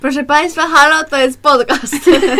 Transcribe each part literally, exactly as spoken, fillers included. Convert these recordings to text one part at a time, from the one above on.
Proszę Państwa, halo, to jest podcast.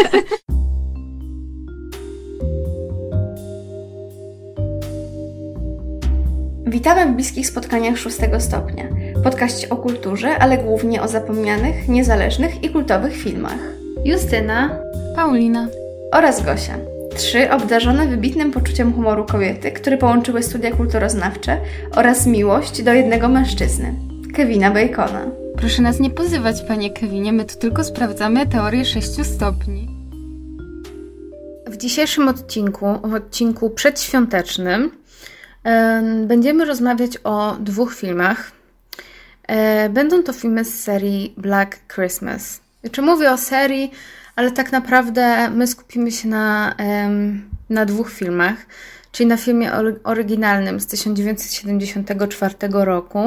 Witamy w Bliskich Spotkaniach szóstego stopnia. Podcaście o kulturze, ale głównie o zapomnianych, niezależnych i kultowych filmach. Justyna, Paulina oraz Gosia. Trzy obdarzone wybitnym poczuciem humoru kobiety, które połączyły studia kulturoznawcze oraz miłość do jednego mężczyzny, Kevina Bacona. Proszę nas nie pozywać, panie Kevinie, my tu tylko sprawdzamy teorię sześciu stopni. W dzisiejszym odcinku, w odcinku przedświątecznym, e, będziemy rozmawiać o dwóch filmach. E, będą to filmy z serii Black Christmas. Znaczy mówię o serii, ale tak naprawdę my skupimy się na, e, na dwóch filmach, czyli na filmie oryginalnym z tysiąc dziewięćset siedemdziesiątego czwartego roku,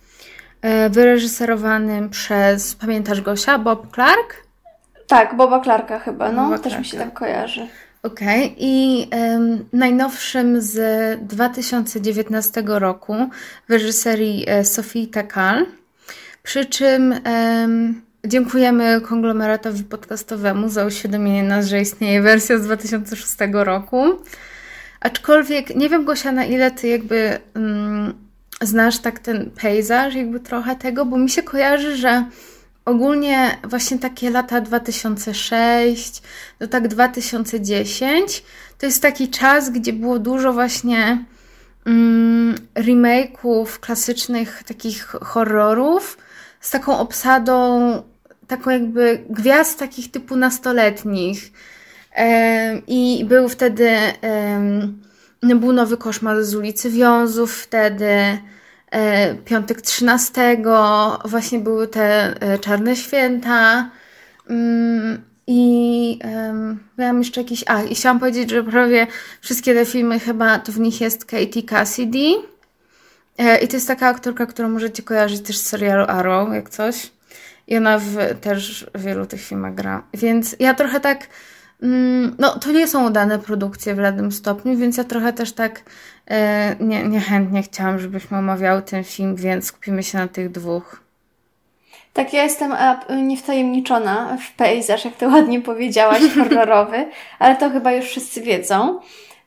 wyreżyserowanym przez, pamiętasz Gosia, Bob Clark? Tak, Boba Clarka chyba, no, Boba też Clarka. mi się tak kojarzy. Okej, okay. I um, najnowszym z dwa tysiące dziewiętnastego roku w reżyserii e, Sophie Takal, przy czym um, dziękujemy konglomeratowi podcastowemu za uświadomienie nas, że istnieje wersja z dwa tysiące szóstego roku, aczkolwiek nie wiem, Gosia, na ile ty jakby... Um, znasz tak ten pejzaż, jakby trochę tego, bo mi się kojarzy, że ogólnie właśnie takie lata dwa tysiące szósty do tak dwa tysiące dziesiąty to jest taki czas, gdzie było dużo właśnie mm, remake'ów klasycznych takich horrorów z taką obsadą, taką jakby gwiazd takich typu nastoletnich. Ym, I był wtedy... Ym, Był Nowy koszmar z ulicy Wiązów wtedy, e, Piątek trzynastego, właśnie były te e, Czarne Święta mm, i e, miałam jeszcze jakieś... A, i chciałam powiedzieć, że prawie wszystkie te filmy chyba to w nich jest Katie Cassidy e, i to jest taka aktorka, którą możecie kojarzyć też z serialu Arrow, jak coś. I ona w, też w wielu tych filmach gra. Więc ja trochę tak... No, to nie są udane produkcje w żadnym stopniu, więc ja trochę też tak e, nie, niechętnie chciałam, żebyśmy omawiały ten film, więc skupimy się na tych dwóch. Tak, ja jestem niewtajemniczona w pejzaż, jak to ładnie powiedziałaś, horrorowy, ale to chyba już wszyscy wiedzą.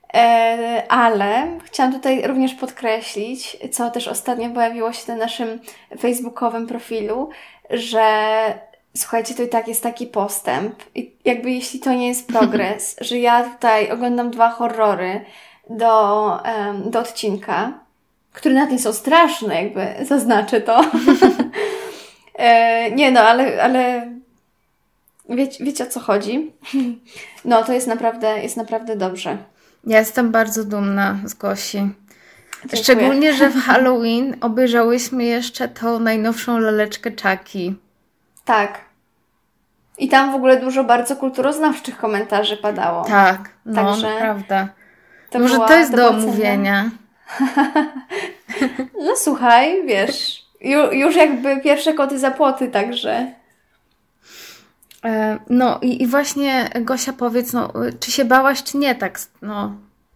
E, ale chciałam tutaj również podkreślić, co też ostatnio pojawiło się na naszym facebookowym profilu, że słuchajcie, to i tak jest taki postęp. I jakby jeśli to nie jest progres, że ja tutaj oglądam dwa horrory do, um, do odcinka, które nawet nie są straszne, jakby zaznaczę to. e, nie no, ale, ale wiecie, wiecie o co chodzi. No, to jest naprawdę, jest naprawdę dobrze. Ja jestem bardzo dumna z Gosi. Dziękuję. Szczególnie, że w Halloween obejrzałyśmy jeszcze tą najnowszą laleczkę Chucky. Tak. I tam w ogóle dużo bardzo kulturoznawczych komentarzy padało. Tak, no Także prawda. To Może była, to jest to do była omówienia. No słuchaj, wiesz, ju, już jakby pierwsze koty za płoty, także... E, no i, i właśnie Gosia, powiedz, no, czy się bałaś, czy nie, tak, no...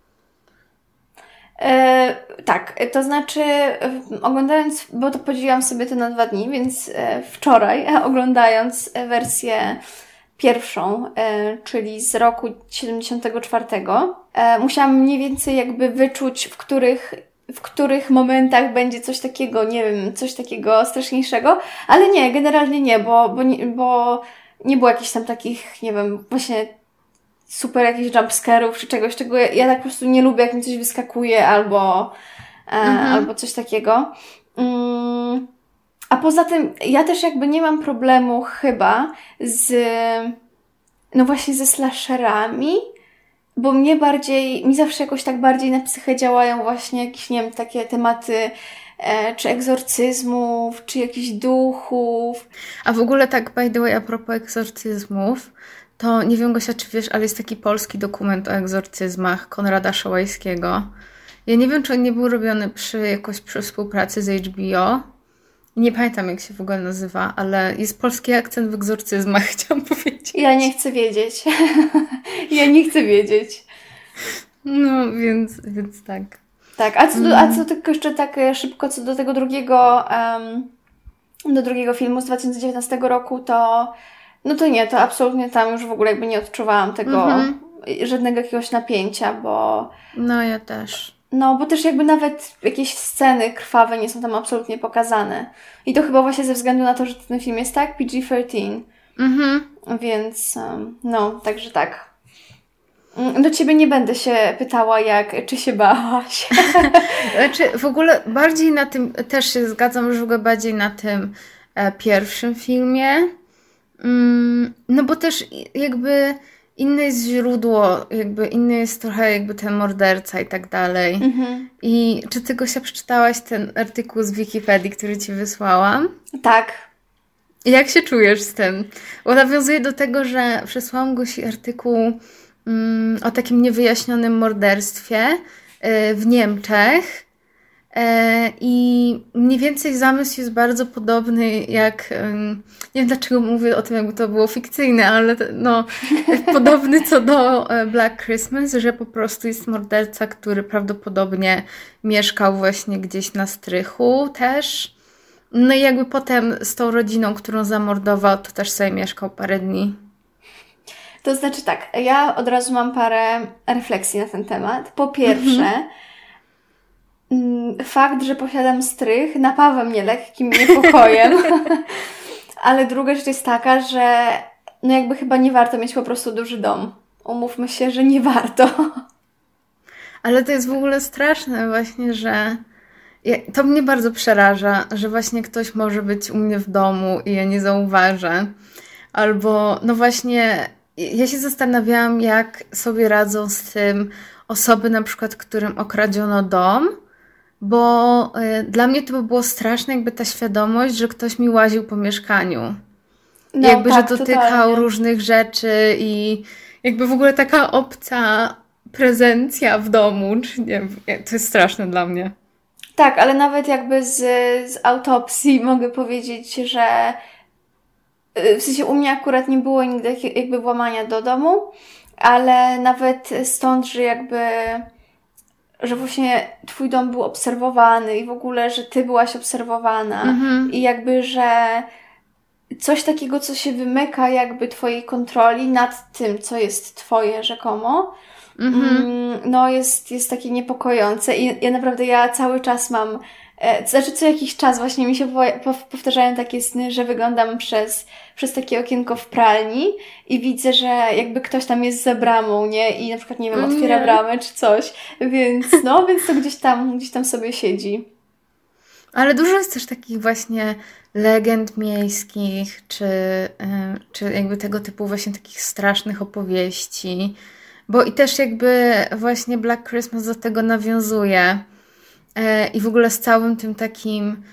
E, tak, to znaczy e, oglądając, bo to podzieliłam sobie to na dwa dni, więc e, wczoraj e, oglądając wersję pierwszą, e, czyli z roku siedemdziesiątego czwartego, e, musiałam mniej więcej jakby wyczuć, w których, w których momentach będzie coś takiego, nie wiem, coś takiego straszniejszego, ale nie, generalnie nie, bo, bo, nie, bo nie było jakichś tam takich, nie wiem, właśnie super jakichś jumpscare'ów czy czegoś, czego ja, ja tak po prostu nie lubię, jak mi coś wyskakuje albo, e, mhm. albo coś takiego. Mm, a poza tym ja też jakby nie mam problemu chyba z no właśnie ze slasherami, bo mnie bardziej, mi zawsze jakoś tak bardziej na psychę działają właśnie jakieś, nie wiem, takie tematy e, czy egzorcyzmów, czy jakichś duchów. A w ogóle tak, by the way, a propos egzorcyzmów, to nie wiem, Gosia, czy wiesz, ale jest taki polski dokument o egzorcyzmach Konrada Szołajskiego. Ja nie wiem, czy on nie był robiony przy jakoś przy współpracy z H B O. Nie pamiętam, jak się w ogóle nazywa, ale jest polski akcent w egzorcyzmach, chciałam powiedzieć. Ja nie chcę wiedzieć. ja nie chcę wiedzieć. No, więc, więc tak. Tak, a co, do, a co tylko jeszcze tak szybko, co do tego drugiego, um, do drugiego filmu z dwa tysiące dziewiętnastego roku, to No to nie, to absolutnie tam już w ogóle jakby nie odczuwałam tego, mhm. żadnego jakiegoś napięcia, bo... No ja też. No, bo też jakby nawet jakieś sceny krwawe nie są tam absolutnie pokazane. I to chyba właśnie ze względu na to, że ten film jest tak P G trzynaście. Mhm. Więc no, także tak. Do Ciebie nie będę się pytała, jak, czy się bałaś. Znaczy, w ogóle bardziej na tym, też się zgadzam, że w ogóle bardziej na tym e, pierwszym filmie. Mm, no bo też jakby inne jest źródło, jakby inny jest trochę jakby ten morderca i tak dalej. Mhm. I czy Ty, Gosia, przeczytałaś ten artykuł z Wikipedii, który Ci wysłałam? Tak. Jak się czujesz z tym? Bo nawiązuje do tego, że przesłałam Gosi artykuł mm, o takim niewyjaśnionym morderstwie yy, w Niemczech. I mniej więcej zamysł jest bardzo podobny jak, nie wiem dlaczego mówię o tym, jakby to było fikcyjne, ale no, podobny co do Black Christmas, że po prostu jest morderca, który prawdopodobnie mieszkał właśnie gdzieś na strychu też. No i jakby potem z tą rodziną, którą zamordował, to też sobie mieszkał parę dni. To znaczy tak, ja od razu mam parę refleksji na ten temat. Po pierwsze, fakt, że posiadam strych, napawa mnie lekkim niepokojem. Ale druga rzecz jest taka, że no jakby chyba nie warto mieć po prostu duży dom. Umówmy się, że nie warto. Ale to jest w ogóle straszne właśnie, że to mnie bardzo przeraża, że właśnie ktoś może być u mnie w domu i ja nie zauważę. Albo no właśnie ja się zastanawiałam, jak sobie radzą z tym osoby na przykład, którym okradziono dom. Bo y, dla mnie to by było straszne, jakby ta świadomość, że ktoś mi łaził po mieszkaniu. No, jakby, tak, że dotykał totalnie różnych rzeczy i jakby w ogóle taka obca prezencja w domu. Czy nie, to jest straszne dla mnie. Tak, ale nawet jakby z, z autopsji mogę powiedzieć, że w sensie u mnie akurat nie było nigdy jakby włamania do domu, ale nawet stąd, że jakby... że właśnie twój dom był obserwowany i w ogóle, że ty byłaś obserwowana mhm. i jakby, że coś takiego, co się wymyka jakby twojej kontroli nad tym, co jest twoje rzekomo, mhm. no jest, jest takie niepokojące i ja naprawdę, ja cały czas mam, e, znaczy co jakiś czas właśnie mi się powtarzają takie sny, że wyglądam przez, przez takie okienko w pralni i widzę, że jakby ktoś tam jest za bramą, nie? I na przykład, nie wiem, otwiera nie. bramę czy coś, więc no, więc to gdzieś tam, gdzieś tam sobie siedzi. Ale dużo jest też takich właśnie legend miejskich, czy, yy, czy jakby tego typu właśnie takich strasznych opowieści, bo i też jakby właśnie Black Christmas do tego nawiązuje. I w ogóle z całym tym takim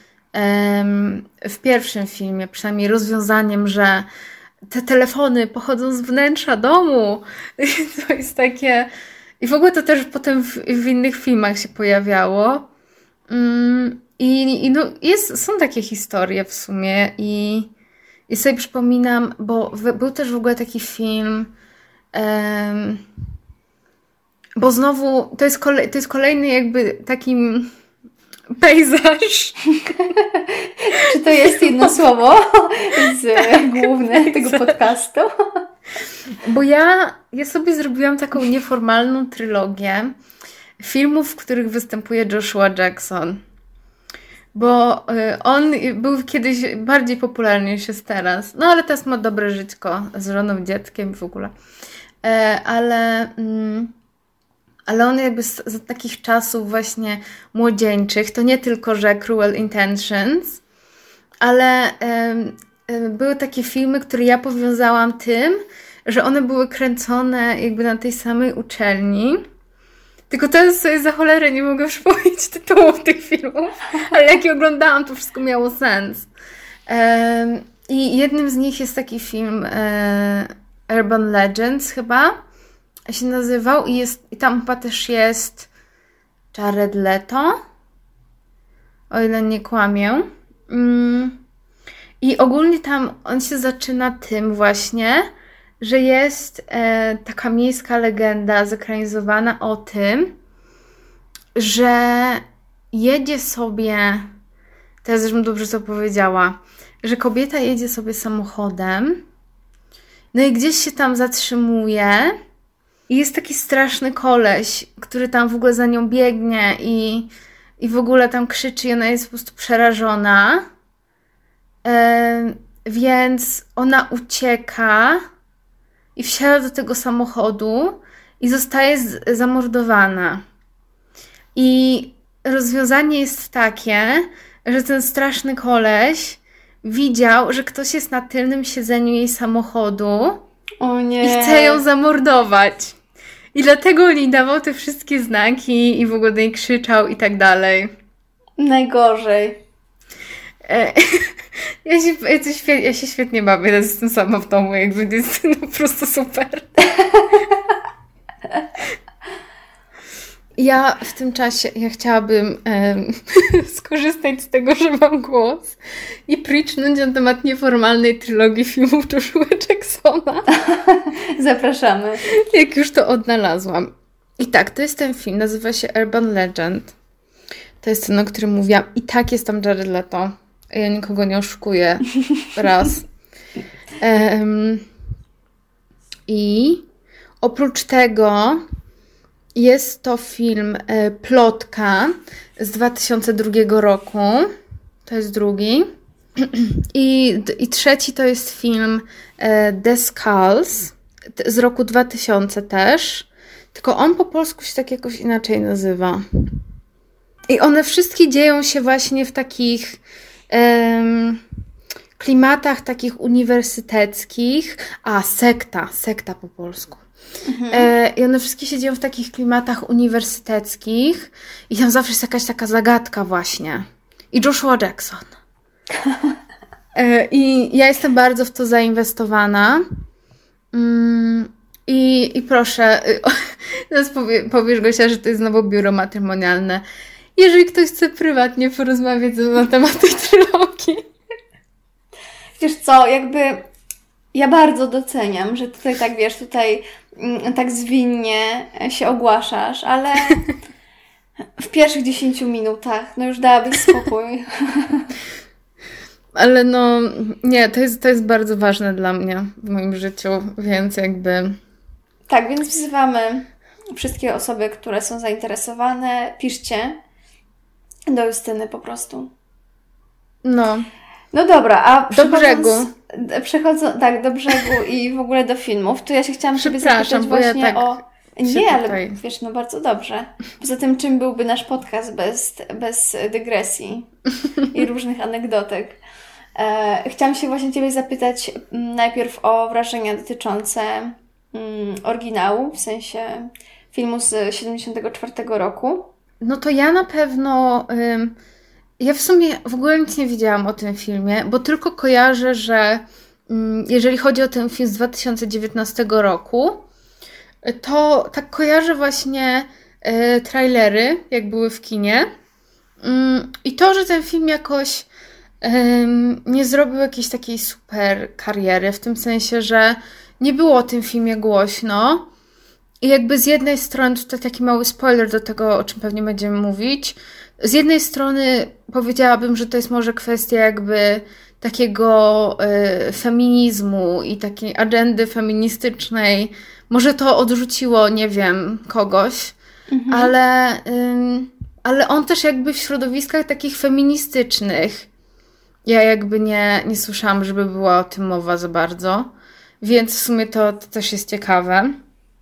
w pierwszym filmie, przynajmniej rozwiązaniem, że te telefony pochodzą z wnętrza domu. To jest takie... I w ogóle to też potem w, w innych filmach się pojawiało. I, i no jest, są takie historie w sumie i, i sobie przypominam, bo w, był też w ogóle taki film... Um, Bo znowu to jest, kolej, to jest kolejny jakby takim pejzaż. Czy to jest jedno słowo z główne tego podcastu? Bo ja, ja sobie zrobiłam taką nieformalną trylogię filmów, w których występuje Joshua Jackson. Bo on był kiedyś bardziej popularny niż jest teraz. No ale teraz ma dobre żyćko z żoną, dzieckiem w ogóle. Ale... Mm, Ale on jakby z, z takich czasów właśnie młodzieńczych, to nie tylko, że Cruel Intentions, ale um, um, były takie filmy, które ja powiązałam tym, że one były kręcone jakby na tej samej uczelni. Tylko teraz sobie za cholerę nie mogę przypomnieć tytułów tych filmów, ale jak je oglądałam, to wszystko miało sens. Um, I jednym z nich jest taki film um, Urban Legends chyba, się nazywał i, jest, i tam chyba też jest Jared Leto, o ile nie kłamię. Mm. I ogólnie tam on się zaczyna tym właśnie, że jest e, taka miejska legenda zekranizowana o tym, że jedzie sobie, teraz żebym dobrze to powiedziała, że kobieta jedzie sobie samochodem No i gdzieś się tam zatrzymuje i jest taki straszny koleś, który tam w ogóle za nią biegnie i, i w ogóle tam krzyczy i ona jest po prostu przerażona. E, więc ona ucieka i wsiada do tego samochodu i zostaje z- zamordowana. I rozwiązanie jest takie, że ten straszny koleś widział, że ktoś jest na tylnym siedzeniu jej samochodu O nie. i chce ją zamordować. I dlatego on jej dawał te wszystkie znaki i w ogóle do niej krzyczał i tak dalej. Najgorzej. E, ja, się, ja, to świe, ja się świetnie bawię, teraz jestem sama w domu, jakby jest no, po prostu super. Ja w tym czasie, ja chciałabym em, skorzystać z tego, że mam głos i preachnąć na temat nieformalnej trylogii filmów Joshua Jacksona. Zapraszamy. Jak już to odnalazłam. I tak, to jest ten film, nazywa się Urban Legend. To jest ten, o którym mówiłam. I tak jest tam Jared Leto. Ja nikogo nie oszukuję. Raz. Um, I oprócz tego jest to film e, Plotka z dwa tysiące drugiego roku. To jest drugi. I, I trzeci to jest film e, The Skulls z roku dwa tysiące też. Tylko on po polsku się tak jakoś inaczej nazywa. I one wszystkie dzieją się właśnie w takich em, klimatach takich uniwersyteckich. A, sekta. Sekta po polsku. Mhm. E, I one wszystkie się dzieją w takich klimatach uniwersyteckich. I tam zawsze jest jakaś taka zagadka właśnie. I Joshua Jackson. E, I ja jestem bardzo w to zainwestowana. Mm, i, I proszę, teraz powie, powiesz, Gosia, że to jest znowu biuro matrymonialne. Jeżeli ktoś chce prywatnie porozmawiać na temat tej trylogii. Wiesz co, jakby ja bardzo doceniam, że tutaj tak, wiesz, tutaj mm, tak zwinnie się ogłaszasz, ale w pierwszych dziesięciu minutach, no już dałabyś spokój. Ale no, nie, to jest, to jest bardzo ważne dla mnie w moim życiu, więc jakby... Tak, więc wzywamy wszystkie osoby, które są zainteresowane, piszcie do Justyny po prostu. No. No dobra, a do brzegu. Przechodząc, tak, do brzegu i w ogóle do filmów, to ja się chciałam sobie zapytać właśnie ja tak o... Nie, ale tutaj... wiesz, no bardzo dobrze. Poza tym, czym byłby nasz podcast bez, bez dygresji i różnych anegdotek. E, chciałam się właśnie Ciebie zapytać najpierw o wrażenia dotyczące mm, oryginału, w sensie filmu z siedemdziesiątego czwartego roku. No to ja na pewno... Ym... Ja w sumie w ogóle nic nie wiedziałam o tym filmie, bo tylko kojarzę, że ym, jeżeli chodzi o ten film z dwa tysiące dziewiętnastego roku, to tak kojarzę właśnie y, trailery, jak były w kinie. Ym, I to, że ten film jakoś ym, nie zrobił jakiejś takiej super kariery, w tym sensie, że nie było o tym filmie głośno. I jakby z jednej strony, tutaj taki mały spoiler do tego, o czym pewnie będziemy mówić, z jednej strony powiedziałabym, że to jest może kwestia jakby takiego y, feminizmu i takiej agendy feministycznej. Może to odrzuciło, nie wiem, kogoś, mhm. ale, y, ale on też jakby w środowiskach takich feministycznych. Ja jakby nie, nie słyszałam, żeby była o tym mowa za bardzo, więc w sumie to, to też jest ciekawe.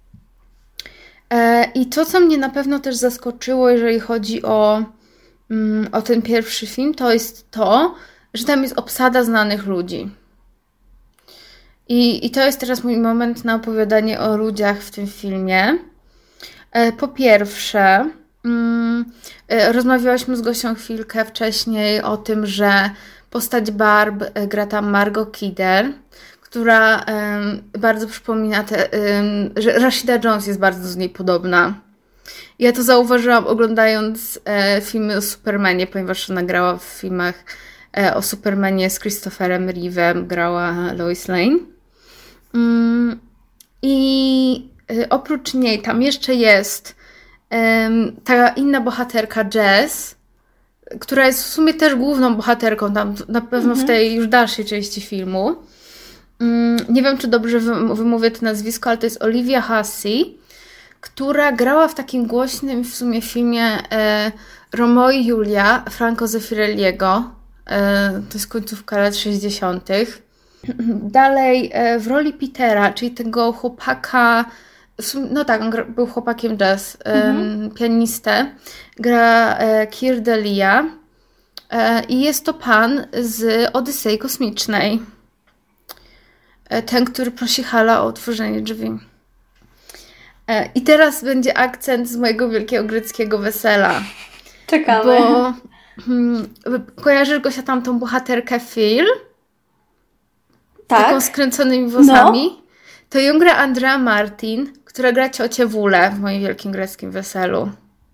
E, I to, co mnie na pewno też zaskoczyło, jeżeli chodzi o o ten pierwszy film, to jest to, że tam jest obsada znanych ludzi. I, i to jest teraz mój moment na opowiadanie o ludziach w tym filmie. Po pierwsze, mm, rozmawiałyśmy z Gosią chwilkę wcześniej o tym, że postać Barb gra tam Margot Kidder, która um, bardzo przypomina, te, um, że Rashida Jones jest bardzo z niej podobna. Ja to zauważyłam oglądając e, filmy o Supermanie, ponieważ ona grała w filmach e, o Supermanie z Christopherem Reevem, grała Lois Lane. Mm, I e, oprócz niej tam jeszcze jest e, ta inna bohaterka Jess, która jest w sumie też główną bohaterką tam na pewno mhm. w tej już dalszej części filmu. nie wiem, czy dobrze wymówię to nazwisko, ale to jest Olivia Hussey, która grała w takim głośnym w sumie filmie e, Romeo i Julia Franco Zeffirelliego. E, to jest końcówka lat sześćdziesiątych. Dalej e, w roli Petera, czyli tego chłopaka, w sumie, no tak, on gra, był chłopakiem jazz, e, mhm. pianistę, gra e, Keir Dalia e, i jest to pan z Odysei Kosmicznej. E, ten, który prosi Hala o otworzenie drzwi. I teraz będzie akcent z mojego wielkiego greckiego wesela. Czekamy. Bo hmm, kojarzysz Gosia tamtą bohaterkę Phil? Tak. Taką skręconymi włosami? No. To ją gra Andrea Martin, która gra ciocię Wulę w moim wielkim greckim weselu.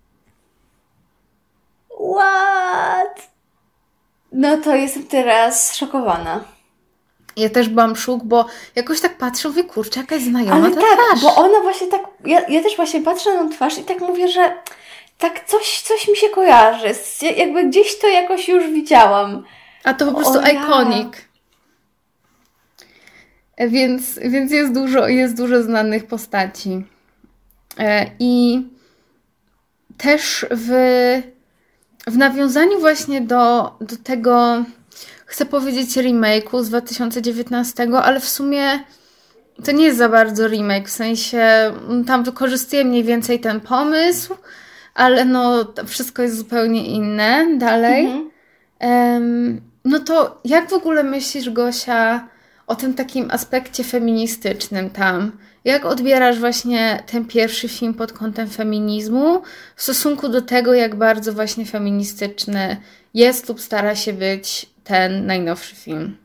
What? No to jestem teraz szokowana. Ja też byłam szuk, bo jakoś tak patrzę, mówię, kurczę, jakaś znajoma Ale ta tak, twarz. bo ona właśnie tak, ja, ja też właśnie patrzę na tą twarz i tak mówię, że tak coś, coś mi się kojarzy. Jakby gdzieś to jakoś już widziałam. A to po prostu O ja. iconic. Więc, więc jest dużo, jest dużo znanych postaci. I też w, w nawiązaniu właśnie do, do tego, chcę powiedzieć remake'u z dwa tysiące dziewiętnastego, ale w sumie to nie jest za bardzo remake, w sensie tam wykorzystuje mniej więcej ten pomysł, ale no wszystko jest zupełnie inne dalej. Mhm. Um, no to jak w ogóle myślisz, Gosia, o tym takim aspekcie feministycznym tam? Jak odbierasz właśnie ten pierwszy film pod kątem feminizmu w stosunku do tego, jak bardzo właśnie feministyczny jest lub stara się być ten najnowszy film?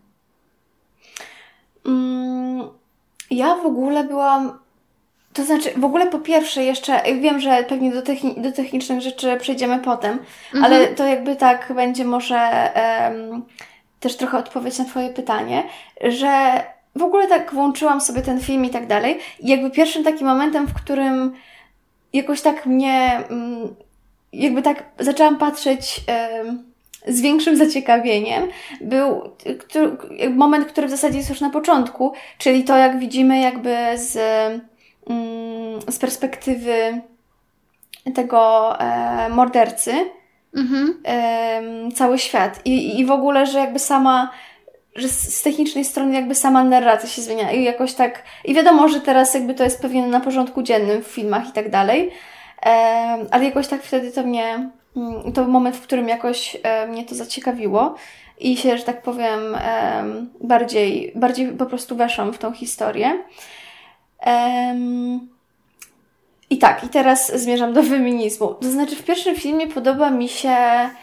Mm, ja w ogóle byłam... To znaczy, w ogóle po pierwsze jeszcze, wiem, że pewnie do, techni- do technicznych rzeczy przejdziemy potem, mhm. ale to jakby tak będzie może um, też trochę odpowiedź na Twoje pytanie, że w ogóle tak włączyłam sobie ten film i tak dalej i jakby pierwszym takim momentem, w którym jakoś tak mnie, jakby tak zaczęłam patrzeć um, z większym zaciekawieniem, był który, moment, który w zasadzie jest już na początku, czyli to, jak widzimy jakby z, z perspektywy tego e, mordercy mhm. e, cały świat. I, I w ogóle, że jakby sama, że z technicznej strony jakby sama narracja się zmienia i jakoś tak, i wiadomo, że teraz jakby to jest pewnie na porządku dziennym w filmach i tak dalej, e, ale jakoś tak wtedy to mnie to był moment, w którym jakoś e, mnie to zaciekawiło i się, że tak powiem, e, bardziej, bardziej po prostu weszłam w tą historię. E, I tak, i teraz zmierzam do feminizmu. To znaczy, w pierwszym filmie podoba mi się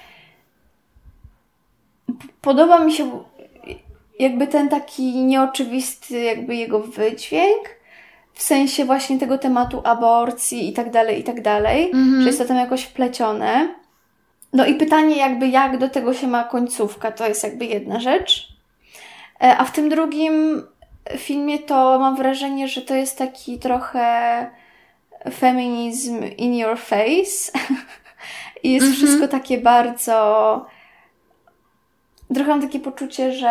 podoba mi się jakby ten taki nieoczywisty jakby jego wydźwięk, w sensie właśnie tego tematu aborcji i tak dalej, i tak dalej, mm-hmm. że jest to tam jakoś wplecione. No i pytanie jakby, jak do tego się ma końcówka, to jest jakby jedna rzecz. A w tym drugim filmie to mam wrażenie, że to jest taki trochę feminizm in your face. I jest mm-hmm. wszystko takie bardzo... Trochę mam takie poczucie, że...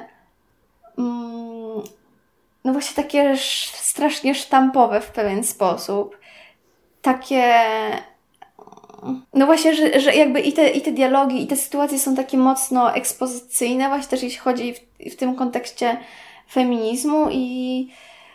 Mm, no właśnie takie strasznie sztampowe w pewien sposób. Takie... No właśnie, że, że jakby i te, i te dialogi, i te sytuacje są takie mocno ekspozycyjne, właśnie też jeśli chodzi w, w tym kontekście feminizmu i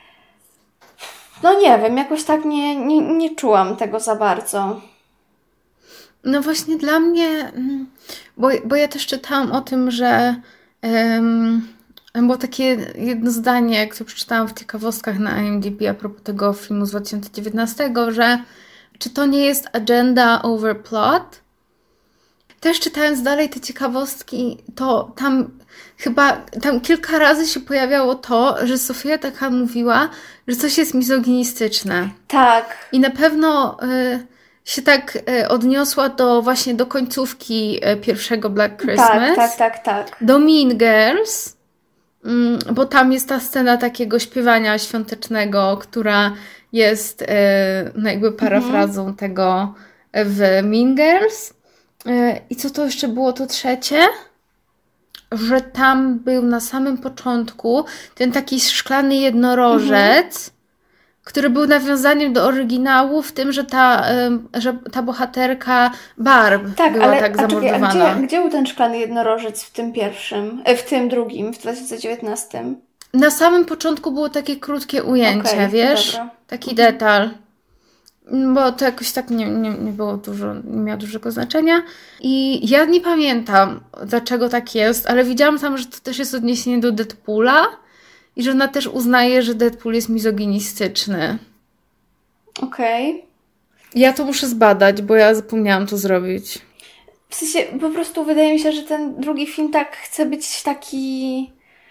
no nie wiem, jakoś tak nie, nie, nie czułam tego za bardzo. No właśnie dla mnie, bo, bo ja też czytałam o tym, że um, było takie jedno zdanie, które przeczytałam w ciekawostkach na I M D B a propos tego filmu z dwa tysiące dziewiętnastego, że czy to nie jest agenda over plot? Też czytając dalej te ciekawostki, to tam chyba tam kilka razy się pojawiało to, że Sofia taka mówiła, że coś jest mizoginistyczne. Tak. I na pewno y, się tak y, odniosła do właśnie do końcówki y, pierwszego Black Christmas. Tak, tak, tak, tak. Do Mean Girls, y, bo tam jest ta scena takiego śpiewania świątecznego, która jest y, no jakby parafrazą mhm. tego w Mean Girls. I co to jeszcze było to trzecie? że tam był na samym początku ten taki szklany jednorożec, mhm. który był nawiązaniem do oryginału w tym, że ta, że ta bohaterka Barb tak, była ale, tak a zamordowana. Czekaj, a gdzie, gdzie był ten szklany jednorożec w tym pierwszym, w tym drugim, w dwa tysiące dziewiętnastym? Na samym początku było takie krótkie ujęcie, okay, wiesz? Dobra. Taki mhm. detal. Bo to jakoś tak nie, nie, nie było dużo, nie miało dużego znaczenia. I ja nie pamiętam, dlaczego tak jest, ale widziałam tam, że to też jest odniesienie do Deadpoola i że ona też uznaje, że Deadpool jest mizoginistyczny. Okej. Okay. Ja to muszę zbadać, bo ja zapomniałam to zrobić. W sensie, po prostu wydaje mi się, że ten drugi film tak chce być taki...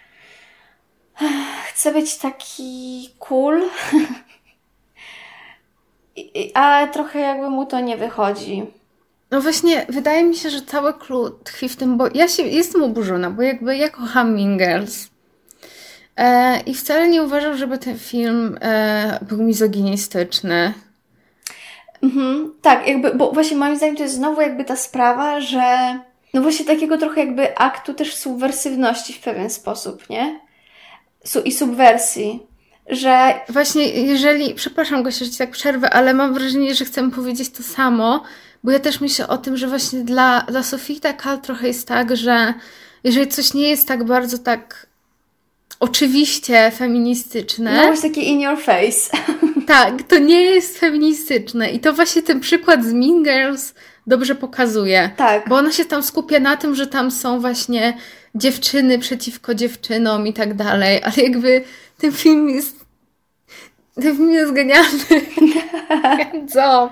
Chce być taki cool... A trochę jakby mu to nie wychodzi. No właśnie, wydaje mi się, że cały clue tkwi w tym, bo ja się jestem oburzona, bo jakby ja kocham Mean Girls. E, I wcale nie uważam, żeby ten film e, był mizoginistyczny. Mhm, tak, jakby, bo właśnie moim zdaniem to jest znowu jakby ta sprawa, że no właśnie takiego trochę jakby aktu też subwersywności w pewien sposób, nie? Su- I subwersji. Że... Właśnie, jeżeli... Przepraszam, Gosia, że ci tak przerwę, ale mam wrażenie, że chcę powiedzieć to samo, bo ja też myślę o tym, że właśnie dla, dla Sofii Takal trochę jest tak, że jeżeli coś nie jest tak bardzo tak oczywiście feministyczne... No właśnie takie in your face. Tak, to nie jest feministyczne i to właśnie ten przykład z Mean Girls dobrze pokazuje. Tak. Bo ona się tam skupia na tym, że tam są właśnie dziewczyny przeciwko dziewczynom i tak dalej, ale jakby ten film jest ten film jest genialny. Co?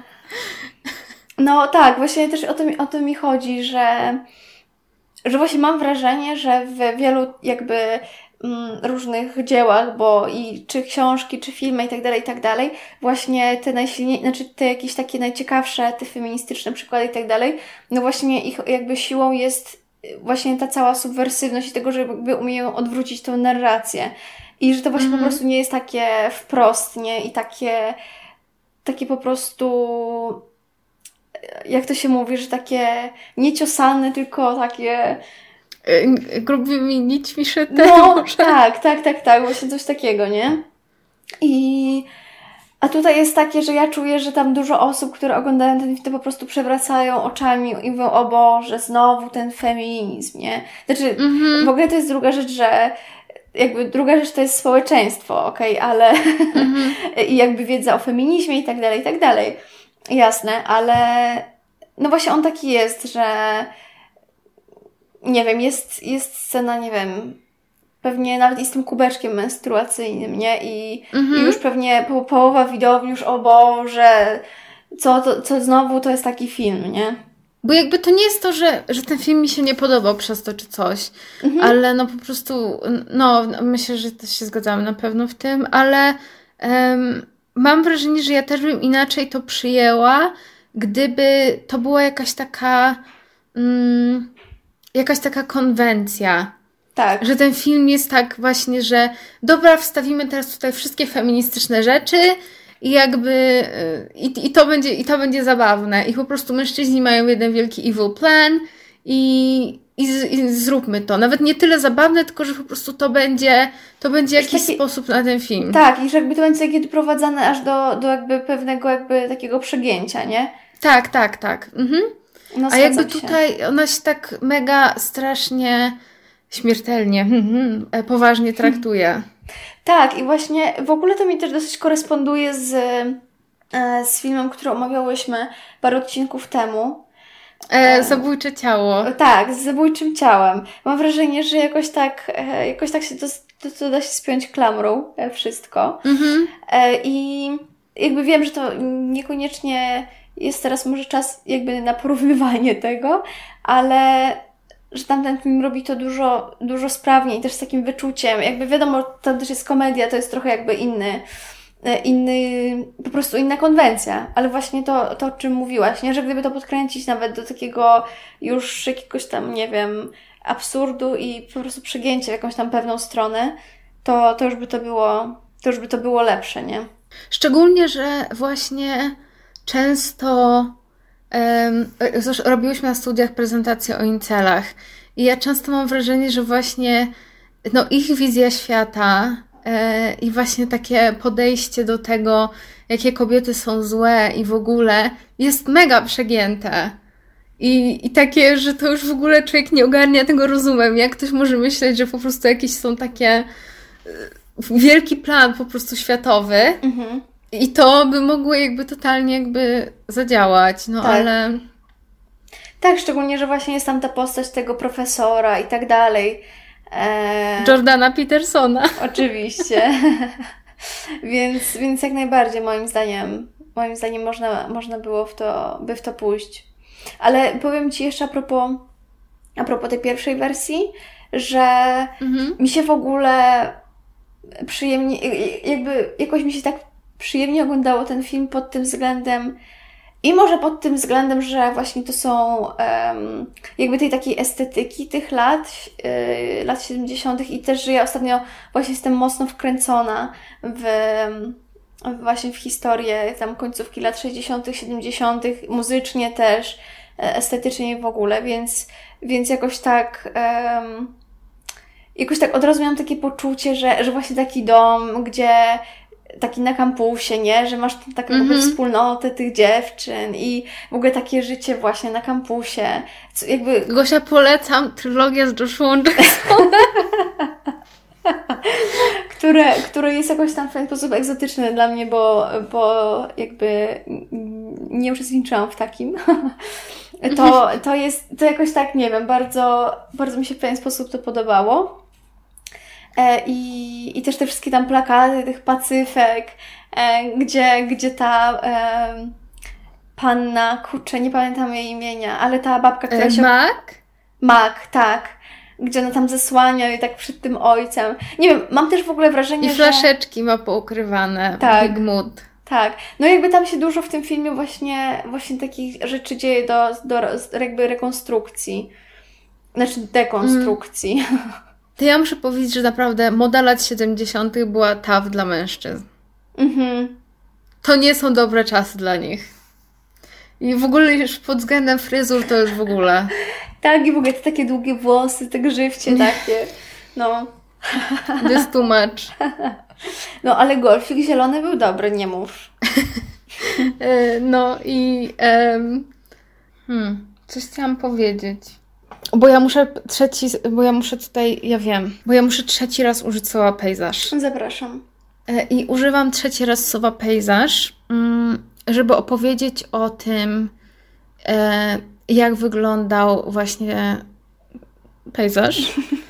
No tak, właśnie też o to, o to mi chodzi, że że właśnie mam wrażenie, że w wielu jakby mm, różnych dziełach, bo i czy książki, czy filmy i tak dalej, i tak dalej, właśnie te najsilniejsze, znaczy te jakieś takie najciekawsze, te feministyczne przykłady i tak dalej, no właśnie ich jakby siłą jest właśnie ta cała subwersywność i tego, że jakby umieją odwrócić tą narrację. I że to właśnie mm-hmm. po prostu nie jest takie wprost, nie? I takie takie po prostu jak to się mówi, że takie nieciosane, tylko takie grubymi nićmi szyte. No, może. tak, tak, tak, tak, właśnie coś takiego, nie? I a tutaj jest takie, że ja czuję, że tam dużo osób, które oglądają ten film, to po prostu przewracają oczami i mówią, o Boże, znowu ten feminizm, nie? Znaczy, mm-hmm. w ogóle to jest druga rzecz, że jakby druga rzecz to jest społeczeństwo, okej, okay, ale mm-hmm. i jakby wiedza o feminizmie i tak dalej, i tak dalej. Jasne, ale no właśnie on taki jest, że nie wiem, jest, jest scena, nie wiem, pewnie nawet i z tym kubeczkiem menstruacyjnym, nie? I, mm-hmm. i już pewnie po, połowa widowni już, o Boże, co, to, co znowu to jest taki film, nie? Bo jakby to nie jest to, że, że ten film mi się nie podobał przez to czy coś, mm-hmm. ale no po prostu, no myślę, że też się zgadzamy na pewno w tym, ale um, mam wrażenie, że ja też bym inaczej to przyjęła, gdyby to była jakaś taka um, jakaś taka konwencja. Tak. Że ten film jest tak właśnie, że dobra, wstawimy teraz tutaj wszystkie feministyczne rzeczy i jakby i, i, to będzie, i to będzie zabawne. I po prostu mężczyźni mają jeden wielki evil plan i, i, z, i zróbmy to. Nawet nie tyle zabawne, tylko że po prostu to będzie to będzie jakiś taki sposób na ten film. Tak, i że jakby to będzie takie doprowadzane aż do, do jakby pewnego jakby takiego przegięcia, nie? Tak, tak, tak. Mhm. No, a jakby się. tutaj ona się tak mega strasznie śmiertelnie, poważnie traktuje. Tak, i właśnie w ogóle to mi też dosyć koresponduje z, z filmem, który omawiałyśmy parę odcinków temu. E, zabójcze ciało. Tak, z zabójczym ciałem. Mam wrażenie, że jakoś tak jakoś tak się to, to, to da się spiąć klamrą wszystko. Mhm. I jakby wiem, że to niekoniecznie jest teraz może czas jakby na porównywanie tego, ale że tamten film robi to dużo, dużo sprawniej, też z takim wyczuciem. Jakby wiadomo, tam też jest komedia, to jest trochę jakby inny, inny, po prostu inna konwencja. Ale właśnie to, to o czym mówiłaś, nie? Że gdyby to podkręcić nawet do takiego już jakiegoś tam, nie wiem, absurdu i po prostu przegięcia w jakąś tam pewną stronę, to, to już by to było, to już by to było lepsze, nie? Szczególnie, że właśnie często Um, robiłyśmy na studiach prezentację o incelach I ja często mam wrażenie, że właśnie no, ich wizja świata e, i właśnie takie podejście do tego, jakie kobiety są złe i w ogóle jest mega przegięte. I, I takie, że to już w ogóle człowiek nie ogarnia tego rozumem. Jak ktoś może myśleć, że po prostu jakieś są takie wielki plan po prostu światowy Mhm. i to by mogło jakby totalnie jakby zadziałać, no Tak. ale... Tak, szczególnie, że właśnie jest tam ta postać tego profesora i tak dalej. E... Jordana Petersona. Oczywiście. więc, więc jak najbardziej moim zdaniem, moim zdaniem można, można było w to, by w to pójść. Ale powiem Ci jeszcze a propos, a propos tej pierwszej wersji, że Mhm. mi się w ogóle przyjemnie, jakby jakoś mi się tak przyjemnie oglądało ten film pod tym względem i może pod tym względem, że właśnie to są um, jakby tej takiej estetyki tych lat, yy, lat siedemdziesiątych i też, że ja ostatnio właśnie jestem mocno wkręcona w, w właśnie w historię tam końcówki lat sześćdziesiątych, siedemdziesiątych, muzycznie też, estetycznie i w ogóle, więc, więc jakoś tak um, jakoś tak od razu miałam takie poczucie, że, że właśnie taki dom, gdzie taki na kampusie, nie? Że masz taką Mhm. wspólnotę tych dziewczyn i w ogóle takie życie właśnie na kampusie. Co, jakby... Gosia, polecam trylogię z Joshua Jacksonem. które, które jest jakoś tam w pewien sposób egzotyczne dla mnie, bo, bo jakby nie uczestniczyłam w takim. To, to jest, to jakoś tak, nie wiem, bardzo, bardzo mi się w pewien sposób to podobało. E, i, I też te wszystkie tam plakaty tych pacyfek, e, gdzie, gdzie ta e, panna, kurczę, nie pamiętam jej imienia, ale ta babka, która się... Mac? Mac, tak. Gdzie ona tam zasłania i tak przed tym ojcem. Nie wiem, mam też w ogóle wrażenie, I że... flaszeczki ma poukrywane. Tak. Big Mood. Tak. No jakby tam się dużo w tym filmie właśnie, właśnie takich rzeczy dzieje do, do jakby rekonstrukcji. Znaczy dekonstrukcji. Mm. To ja muszę powiedzieć, że naprawdę moda lat siedemdziesiątych była tough dla mężczyzn. Mhm. To nie są dobre czasy dla nich. I w ogóle już pod względem fryzur to już w ogóle. Tak, i w ogóle te takie długie włosy, te grzywcie takie. No. This too much. No, ale golfik zielony był dobry, nie mów. No i... Um, hmm, coś chciałam powiedzieć. Bo ja muszę trzeci... Bo ja muszę tutaj... Ja wiem. Bo ja muszę trzeci raz użyć słowa pejzaż. Zapraszam. I używam trzeci raz słowa pejzaż, żeby opowiedzieć o tym, jak wyglądał właśnie pejzaż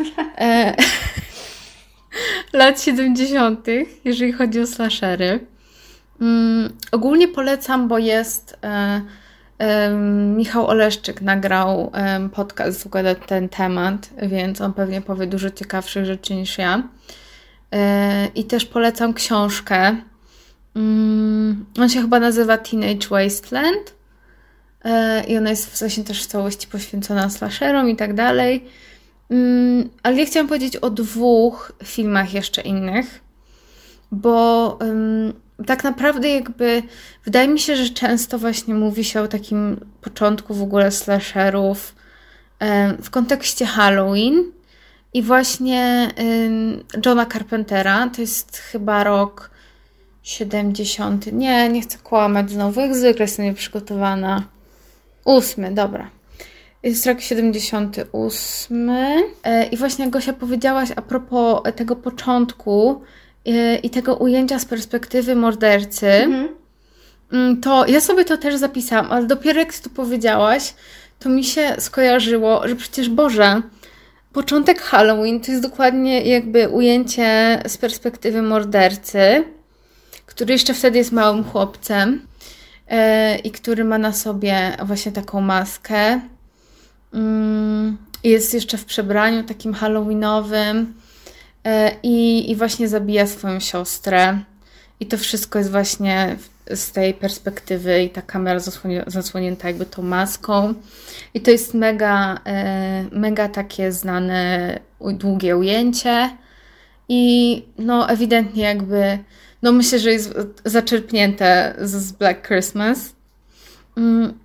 lat siedemdziesiątych, jeżeli chodzi o slashery. Ogólnie polecam, bo jest Michał Oleszczyk nagrał podcast na ten temat, więc on pewnie powie dużo ciekawszych rzeczy niż ja. I też polecam książkę. On się chyba nazywa Teenage Wasteland i ona jest w sensie też w całości poświęcona slasherom i tak dalej. Ale ja chciałam powiedzieć o dwóch filmach jeszcze innych, bo tak naprawdę jakby wydaje mi się, że często właśnie mówi się o takim początku w ogóle slasherów w kontekście Halloween. I właśnie y, Johna Carpentera, to jest chyba rok siedemdziesiąty. Nie, nie chcę kłamać znowu, jak zwykle jestem nieprzygotowana. Ósmy, dobra. Jest rok siedemdziesiąty ósmy. Y, I właśnie jak Gosia powiedziałaś a propos tego początku y, i tego ujęcia z perspektywy mordercy, mhm. y, to ja sobie to też zapisałam, ale dopiero jak to powiedziałaś, to mi się skojarzyło, że przecież Boże, początek Halloween to jest dokładnie jakby ujęcie z perspektywy mordercy, który jeszcze wtedy jest małym chłopcem yy, i który ma na sobie właśnie taką maskę. Yy, jest jeszcze w przebraniu takim halloweenowym yy, i, i właśnie zabija swoją siostrę. I to wszystko jest właśnie z tej perspektywy i ta kamera zasłoni- zasłonięta jakby tą maską. I to jest mega, e, mega takie znane, długie ujęcie. I no ewidentnie jakby, no myślę, że jest zaczerpnięte z, z Black Christmas. Mm,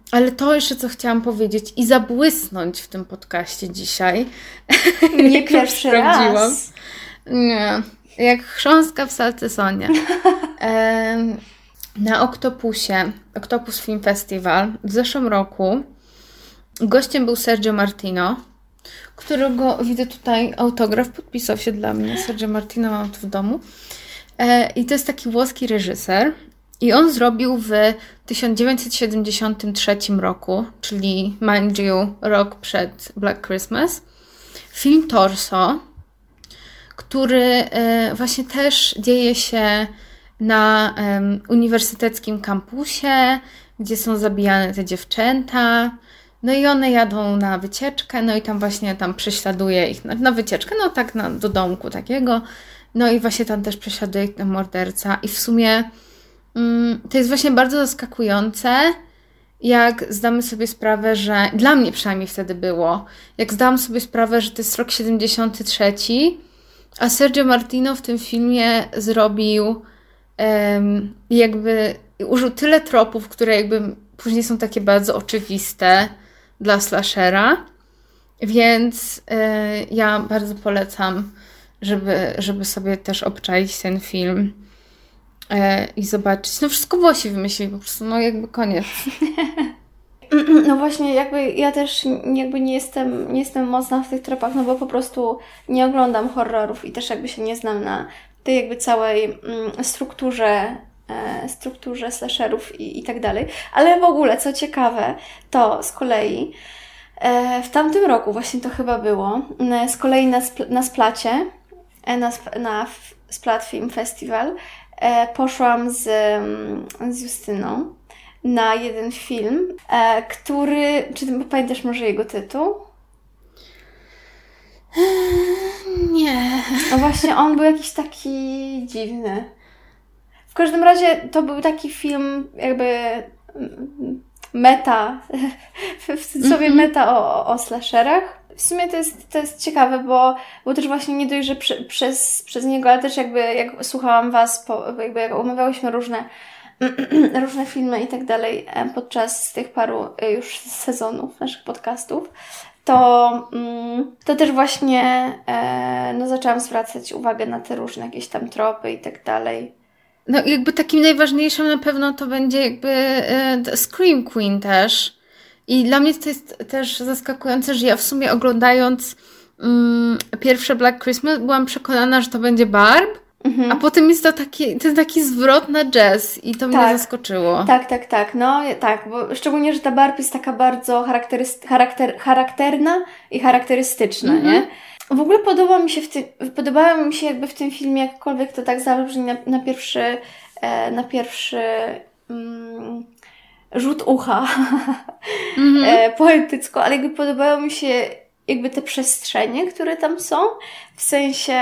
ale to jeszcze co chciałam powiedzieć i zabłysnąć w tym podcaście dzisiaj. Nie pierwszy raz. Nie. Jak chrząstka w salcesonie. Ehm, na Octopusie, Octopus Film Festival w zeszłym roku gościem był Sergio Martino, którego widzę tutaj, autograf podpisał się dla mnie. Sergio Martino mam tu w domu. E, I to jest taki włoski reżyser. I on zrobił w tysiąc dziewięćset siedemdziesiątym trzecim roku, czyli mind you, rok przed Black Christmas, film Torso, który e, właśnie też dzieje się na um, uniwersyteckim kampusie, gdzie są zabijane te dziewczęta. No i one jadą na wycieczkę, no i tam właśnie tam prześladuje ich na, na wycieczkę, no tak na, do domku takiego. No i właśnie tam też prześladuje ich ten morderca. I w sumie mm, to jest właśnie bardzo zaskakujące, jak zdamy sobie sprawę, że dla mnie przynajmniej wtedy było, jak zdałam sobie sprawę, że to jest rok siedemdziesiąty trzeci, a Sergio Martino w tym filmie zrobił um, jakby użył tyle tropów, które jakby później są takie bardzo oczywiste dla slashera, więc y, ja bardzo polecam, żeby, żeby sobie też obczaić ten film y, i zobaczyć. No wszystko Włosi wymyślili, po prostu, no jakby koniec. No właśnie, jakby ja też jakby nie jestem, nie jestem mocna w tych tropach, no bo po prostu nie oglądam horrorów i też jakby się nie znam na tej jakby całej mm, strukturze strukturze slasherów i, i tak dalej. Ale w ogóle, co ciekawe, to z kolei e, w tamtym roku, właśnie to chyba było, e, z kolei na, spl- na Splacie, e, na, sp- na f- Splat Film Festival, e, poszłam z, z Justyną na jeden film, e, który, czy ty pamiętasz może jego tytuł? Nie. No właśnie, on był jakiś taki dziwny. W każdym razie to był taki film jakby meta, w cudzysłowie meta o, o slasherach. W sumie to jest, to jest ciekawe, bo, bo też właśnie nie dość, że przy, przez, przez niego, ale też jakby jak słuchałam Was, po, jakby jak omawiałyśmy różne, różne filmy i tak dalej podczas tych paru już sezonów naszych podcastów, to, to też właśnie no, zaczęłam zwracać uwagę na te różne jakieś tam tropy i tak dalej. No jakby takim najważniejszym na pewno to będzie jakby e, Scream Queen też. I dla mnie to jest też zaskakujące, że ja w sumie oglądając mm, pierwsze Black Christmas byłam przekonana, że to będzie Barb, mhm. a potem jest to taki, ten taki zwrot na jazz i to tak. mnie zaskoczyło. Tak, tak, tak. No tak, bo szczególnie, że ta Barb jest taka bardzo charakteryst- charakter- charakterna i charakterystyczna, mhm. nie? W ogóle podoba mi się w tym, podobało mi się jakby w tym filmie, jakkolwiek to tak zabrzmi na, na pierwszy, e, na pierwszy mm, rzut ucha mm-hmm. e, poetycko, ale jakby podobało mi się jakby te przestrzenie, które tam są, w sensie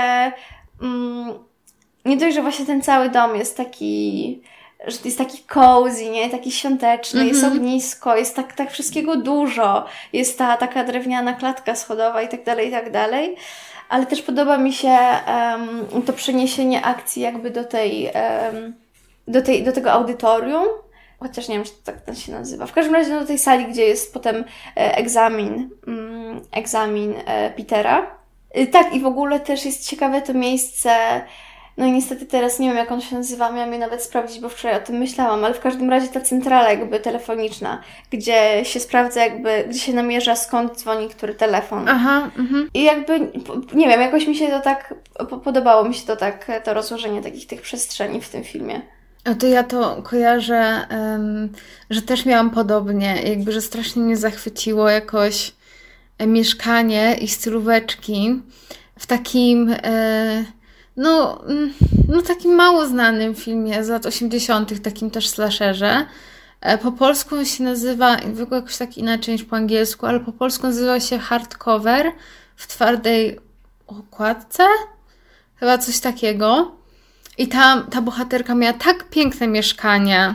mm, nie dość, że właśnie ten cały dom jest taki, że jest taki cozy, nie? Taki świąteczny, mm-hmm. jest ognisko, jest tak, tak wszystkiego dużo, jest ta taka drewniana klatka schodowa i tak dalej, i tak dalej. Ale też podoba mi się um, to przeniesienie akcji jakby do tej, um, do tej, do tego audytorium, chociaż nie wiem, czy to tak to się nazywa. W każdym razie do tej sali, gdzie jest potem e, egzamin, mm, egzamin e, Petera. E, tak, i w ogóle też jest ciekawe to miejsce. No i niestety teraz nie wiem, jak on się nazywa, miałam je nawet sprawdzić, bo wczoraj o tym myślałam, ale w każdym razie ta centrala jakby telefoniczna, gdzie się sprawdza jakby, gdzie się namierza, skąd dzwoni który telefon. Aha, mhm. I jakby, nie wiem, jakoś mi się to tak, podobało mi się to tak, to rozłożenie takich tych przestrzeni w tym filmie. No to ja to kojarzę, um, że też miałam podobnie, jakby, że strasznie mnie zachwyciło jakoś mieszkanie i stylóweczki w takim... E, No, no takim mało znanym filmie z lat osiemdziesiątych, takim też slasherze. Po polsku on się nazywa, w ogóle jakoś tak inaczej niż po angielsku, ale po polsku nazywa się Hardcover w twardej okładce? Chyba coś takiego. I ta, ta bohaterka miała tak piękne mieszkanie.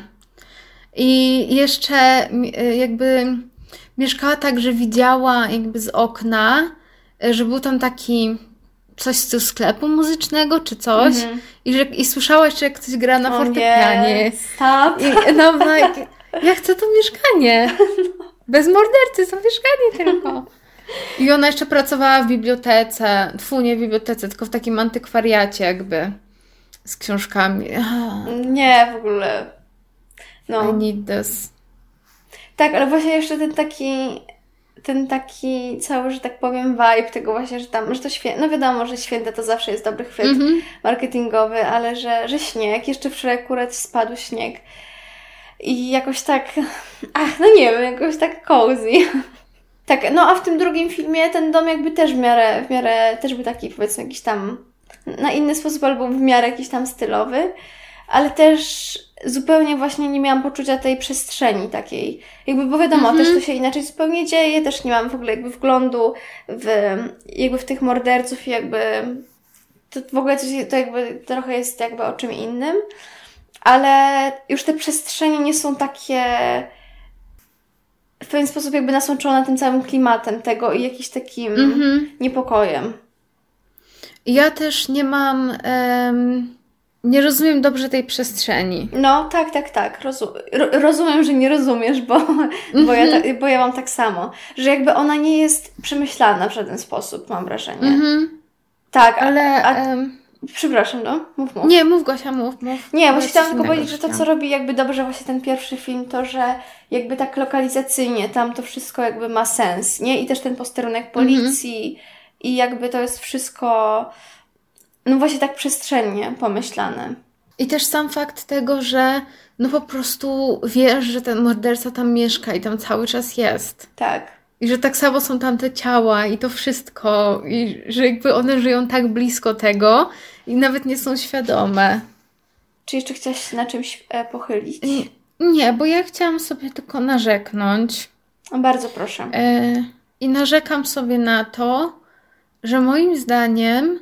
I jeszcze jakby mieszkała tak, że widziała jakby z okna, że był tam taki... coś z tego sklepu muzycznego, czy coś. Mm-hmm. I, że, I słyszała jeszcze, jak ktoś gra na o fortepianie. Nie, stop. I, no, no, jak, Ja chcę to mieszkanie. Bez mordercy, to mieszkanie tylko. I ona jeszcze pracowała w bibliotece. Tfu, nie w bibliotece, tylko w takim antykwariacie jakby. Z książkami. Nie, w ogóle. No. I need this. Tak, ale właśnie jeszcze ten taki... ten taki cały, że tak powiem, vibe tego właśnie, że tam, że to święte, no wiadomo, że święte to zawsze jest dobry chwyt mm-hmm. marketingowy, ale że, że śnieg, jeszcze wczoraj akurat spadł śnieg i jakoś tak, ach, no nie wiem, jakoś tak cozy. Tak, no a w tym drugim filmie ten dom jakby też w miarę, w miarę, też był taki, powiedzmy, jakiś tam, na inny sposób, albo w miarę jakiś tam stylowy, ale też zupełnie właśnie nie miałam poczucia tej przestrzeni takiej. Jakby, bo wiadomo, mm-hmm. też to się inaczej zupełnie dzieje, też nie mam w ogóle jakby wglądu w, jakby w tych morderców i jakby to w ogóle coś, to jakby trochę jest jakby o czym innym, ale już te przestrzenie nie są takie w pewien sposób jakby nasączone tym całym klimatem tego i jakimś takim mm-hmm. niepokojem. Ja też nie mam... Um... Nie rozumiem dobrze tej przestrzeni. No, tak, tak, tak. Rozum- ro- rozumiem, że nie rozumiesz, bo, mm-hmm. bo, ja ta- bo ja mam tak samo. Że jakby ona nie jest przemyślana w żaden sposób, mam wrażenie. Mm-hmm. Tak, ale... A, um... Przepraszam, no. Mów, mów. Nie, mów Gosia, mów, mów. Nie, bo chciałam tylko powiedzieć, że to, co robi jakby dobrze właśnie ten pierwszy film, to, że jakby tak lokalizacyjnie tam to wszystko jakby ma sens, nie? I też ten posterunek policji mm-hmm. i jakby to jest wszystko... No właśnie tak przestrzennie pomyślane. I też sam fakt tego, że no po prostu wiesz, że ten morderca tam mieszka i tam cały czas jest. Tak. I że tak samo są tam te ciała i to wszystko. I że jakby one żyją tak blisko tego i nawet nie są świadome. Czy jeszcze chciałaś na czymś e, pochylić? Nie, nie, bo ja chciałam sobie tylko narzeknąć. Bardzo proszę. E, I narzekam sobie na to, że moim zdaniem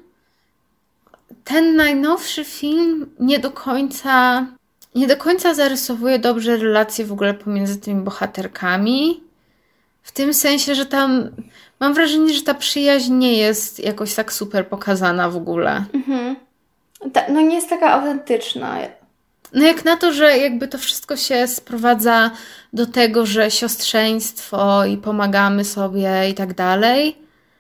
ten najnowszy film nie do końca nie do końca zarysowuje dobrze relacje w ogóle pomiędzy tymi bohaterkami. W tym sensie, że tam mam wrażenie, że ta przyjaźń nie jest jakoś tak super pokazana w ogóle. Mhm. Ta, no nie jest taka autentyczna. No jak na to, że jakby to wszystko się sprowadza do tego, że siostrzeństwo i pomagamy sobie i tak dalej,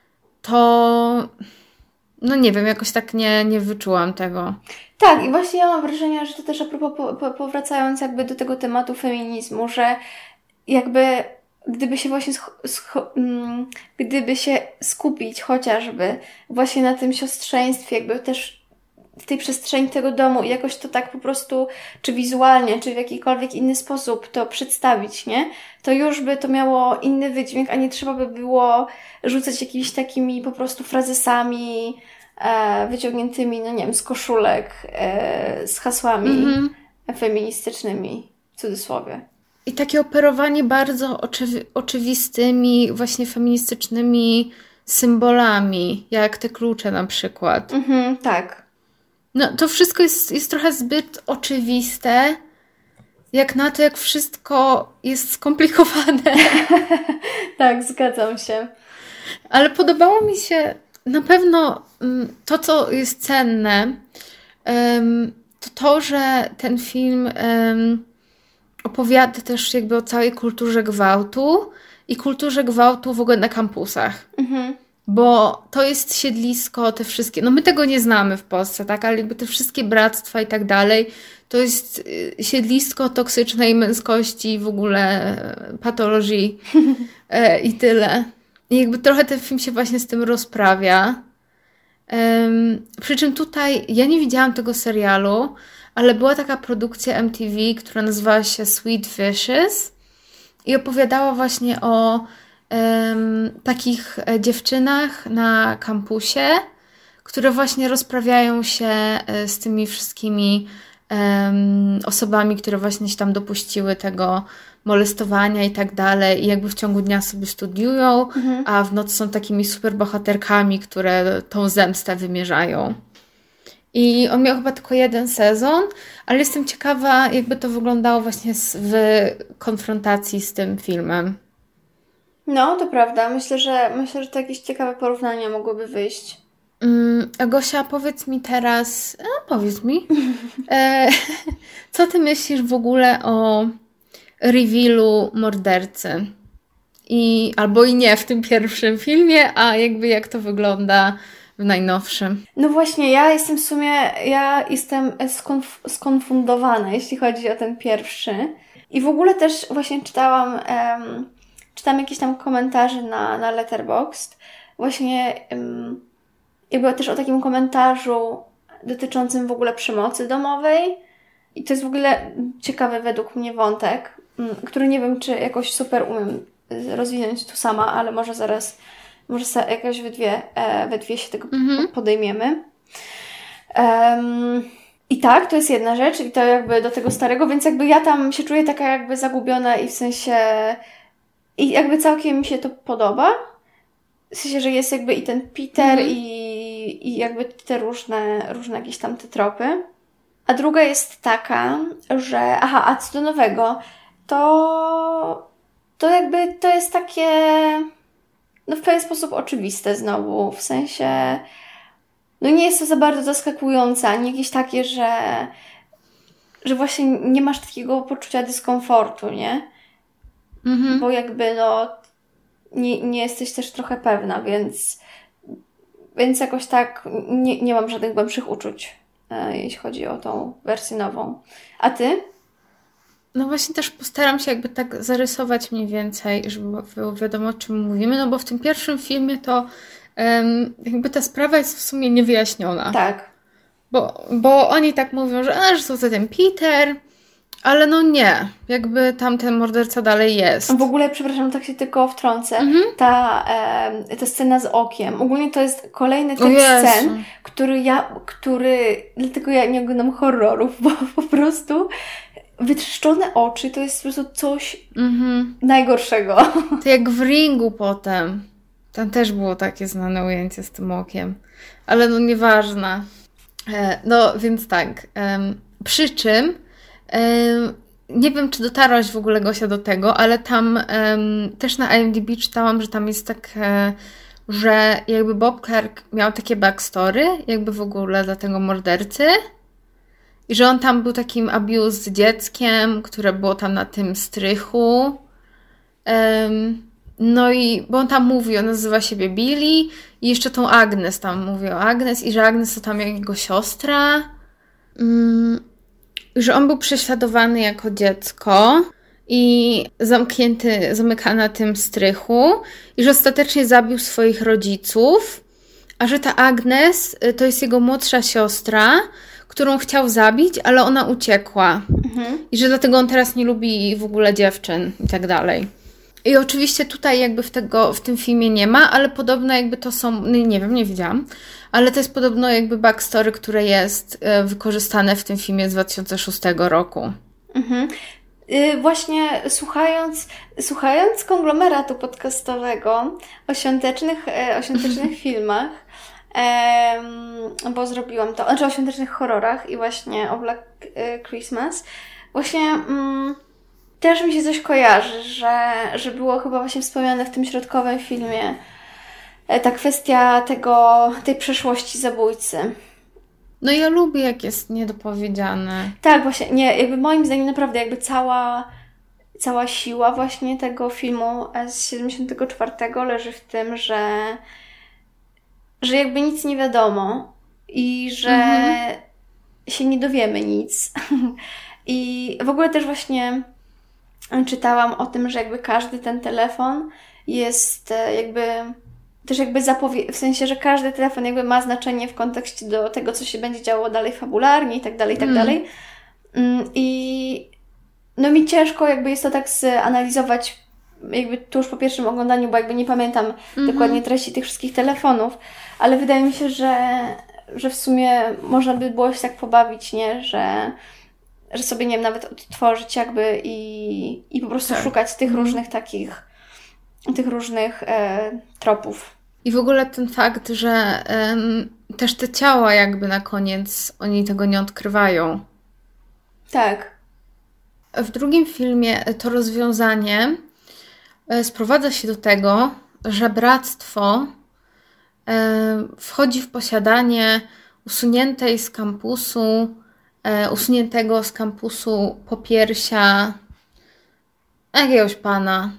to no nie wiem, jakoś tak nie, nie wyczułam tego. Tak, i właśnie ja mam wrażenie, że to też a propos, po, po, powracając jakby do tego tematu feminizmu, że jakby gdyby się właśnie sch- sch- mm, gdyby się skupić chociażby właśnie na tym siostrzeństwie, jakby też w tej przestrzeni tego domu i jakoś to tak po prostu, czy wizualnie, czy w jakikolwiek inny sposób to przedstawić, nie? To już by to miało inny wydźwięk, a nie trzeba by było rzucać jakimiś takimi po prostu frazesami e, wyciągniętymi, no nie wiem, z koszulek, e, z hasłami mm-hmm. feministycznymi, w cudzysłowie. I takie operowanie bardzo oczywi- oczywistymi, właśnie feministycznymi symbolami, jak te klucze na przykład. Mhm, tak. No to wszystko jest, jest trochę zbyt oczywiste, jak na to, jak wszystko jest skomplikowane. Tak, zgadzam się. Ale podobało mi się na pewno to, co jest cenne, to to, że ten film opowiada też jakby o całej kulturze gwałtu i kulturze gwałtu w ogóle na kampusach. Mhm. Bo to jest siedlisko, te wszystkie, no my tego nie znamy w Polsce, tak, ale jakby te wszystkie bractwa i tak dalej, to jest siedlisko toksycznej męskości, w ogóle patologii i tyle. I jakby trochę ten film się właśnie z tym rozprawia. Um, przy czym tutaj, ja nie widziałam tego serialu, ale była taka produkcja M T V, która nazywała się Sweet Vicious i opowiadała właśnie o um, takich dziewczynach na kampusie, które właśnie rozprawiają się z tymi wszystkimi um, osobami, które właśnie się tam dopuściły tego molestowania i tak dalej i jakby w ciągu dnia sobie studiują, mhm. a w nocy są takimi super bohaterkami, które tą zemstę wymierzają. I on miał chyba tylko jeden sezon, ale jestem ciekawa, jakby to wyglądało właśnie w konfrontacji z tym filmem. No, to prawda. Myślę, że myślę, że to jakieś ciekawe porównania mogłyby wyjść. Um, Gosia, powiedz mi teraz, a powiedz mi, e, co ty myślisz w ogóle o revealu mordercy. I, albo i nie w tym pierwszym filmie, a jakby jak to wygląda w najnowszym. No właśnie, ja jestem w sumie, ja jestem skonf- skonfundowana, jeśli chodzi o ten pierwszy. I w ogóle też właśnie czytałam, um, czytam jakieś tam komentarze na, na Letterboxd. Właśnie um, jakby też o takim komentarzu dotyczącym w ogóle przemocy domowej. I to jest w ogóle ciekawy według mnie wątek, um, który nie wiem, czy jakoś super umiem rozwinąć tu sama, ale może zaraz, może jakoś we dwie, e, we dwie się tego mhm. podejmiemy. Um, I tak, to jest jedna rzecz i to jakby do tego starego, więc jakby ja tam się czuję taka jakby zagubiona i w sensie i jakby całkiem mi się to podoba. W sensie, że jest jakby i ten Peter mhm. i, i jakby te różne, różne jakieś tam te tropy. A druga jest taka, że aha, a co do nowego, to to jakby to jest takie no w pewien sposób oczywiste znowu, w sensie no nie jest to za bardzo zaskakujące, ani jakieś takie, że że właśnie nie masz takiego poczucia dyskomfortu, nie? Mhm. Bo jakby no nie, nie jesteś też trochę pewna, więc więc jakoś tak nie, nie mam żadnych głębszych uczuć, e, jeśli chodzi o tą wersję nową. A ty? No właśnie też postaram się jakby tak zarysować mniej więcej, żeby było wiadomo, o czym mówimy, no bo w tym pierwszym filmie to um, jakby ta sprawa jest w sumie niewyjaśniona. Tak. Bo, bo oni tak mówią, że, a, że to ten Peter, ale no nie, jakby tamten morderca dalej jest. W ogóle, przepraszam, tak się tylko wtrącę, mhm. ta, e, ta scena z okiem, ogólnie to jest kolejny typ scen, który ja, który, dlatego ja nie oglądam horrorów, bo po prostu wytrzeszczone oczy to jest po prostu coś mhm. najgorszego. To jak w Ringu potem. Tam też było takie znane ujęcie z tym okiem. Ale no nieważne. E, no więc tak. Um, przy czym um, nie wiem, czy dotarłaś w ogóle, Gosia, do tego, ale tam um, też na I M D B czytałam, że tam jest tak, e, że jakby Bob Clark miał takie backstory, jakby w ogóle dla tego mordercy. I że on tam był takim abuse dzieckiem, które było tam na tym strychu. Um, no i, bo on tam mówi, on nazywa siebie Billy i jeszcze tą Agnes tam mówi o Agnes i że Agnes to tam jego siostra. Um, że on był prześladowany jako dziecko i zamknięty, zamykany na tym strychu i że ostatecznie zabił swoich rodziców, a że ta Agnes to jest jego młodsza siostra, którą chciał zabić, ale ona uciekła. Mhm. I że dlatego on teraz nie lubi w ogóle dziewczyn i tak dalej. I oczywiście tutaj jakby w, tego, w tym filmie nie ma, ale podobno jakby to są, no nie wiem, nie widziałam, ale to jest podobno jakby backstory, które jest e, wykorzystane w tym filmie z dwa tysiące szóstego roku. Mhm. Yy, właśnie słuchając, słuchając konglomeratu podcastowego o świątecznych, e, o świątecznych filmach, Um, bo zrobiłam to, znaczy o świątecznych horrorach i właśnie o Black Christmas. Właśnie um, też mi się coś kojarzy, że, że było chyba właśnie wspomniane w tym środkowym filmie ta kwestia tego, tej przeszłości zabójcy. No ja lubię, jak jest niedopowiedziane. Tak, właśnie, nie, jakby moim zdaniem naprawdę jakby cała, cała siła właśnie tego filmu z siedemdziesiątego czwartego leży w tym, że że jakby nic nie wiadomo i że mhm. się nie dowiemy nic. I w ogóle też właśnie czytałam o tym, że jakby każdy ten telefon jest jakby też jakby zapowie... w sensie, że każdy telefon jakby ma znaczenie w kontekście do tego, co się będzie działo dalej fabularnie i tak dalej, i tak mm. dalej. I no mi ciężko jakby jest to tak zanalizować jakby tuż po pierwszym oglądaniu, bo jakby nie pamiętam mm-hmm. dokładnie treści tych wszystkich telefonów, ale wydaje mi się, że, że w sumie można by było się tak pobawić, nie? Że, że sobie, nie wiem, nawet odtworzyć jakby i, i po prostu tak. szukać tych mm-hmm. różnych takich tych różnych e, tropów. I w ogóle ten fakt, że um, też te ciała jakby na koniec oni tego nie odkrywają. Tak. W drugim filmie to rozwiązanie sprowadza się do tego, że bractwo e, wchodzi w posiadanie usuniętej z kampusu, e, usuniętego z kampusu popiersia jakiegoś pana,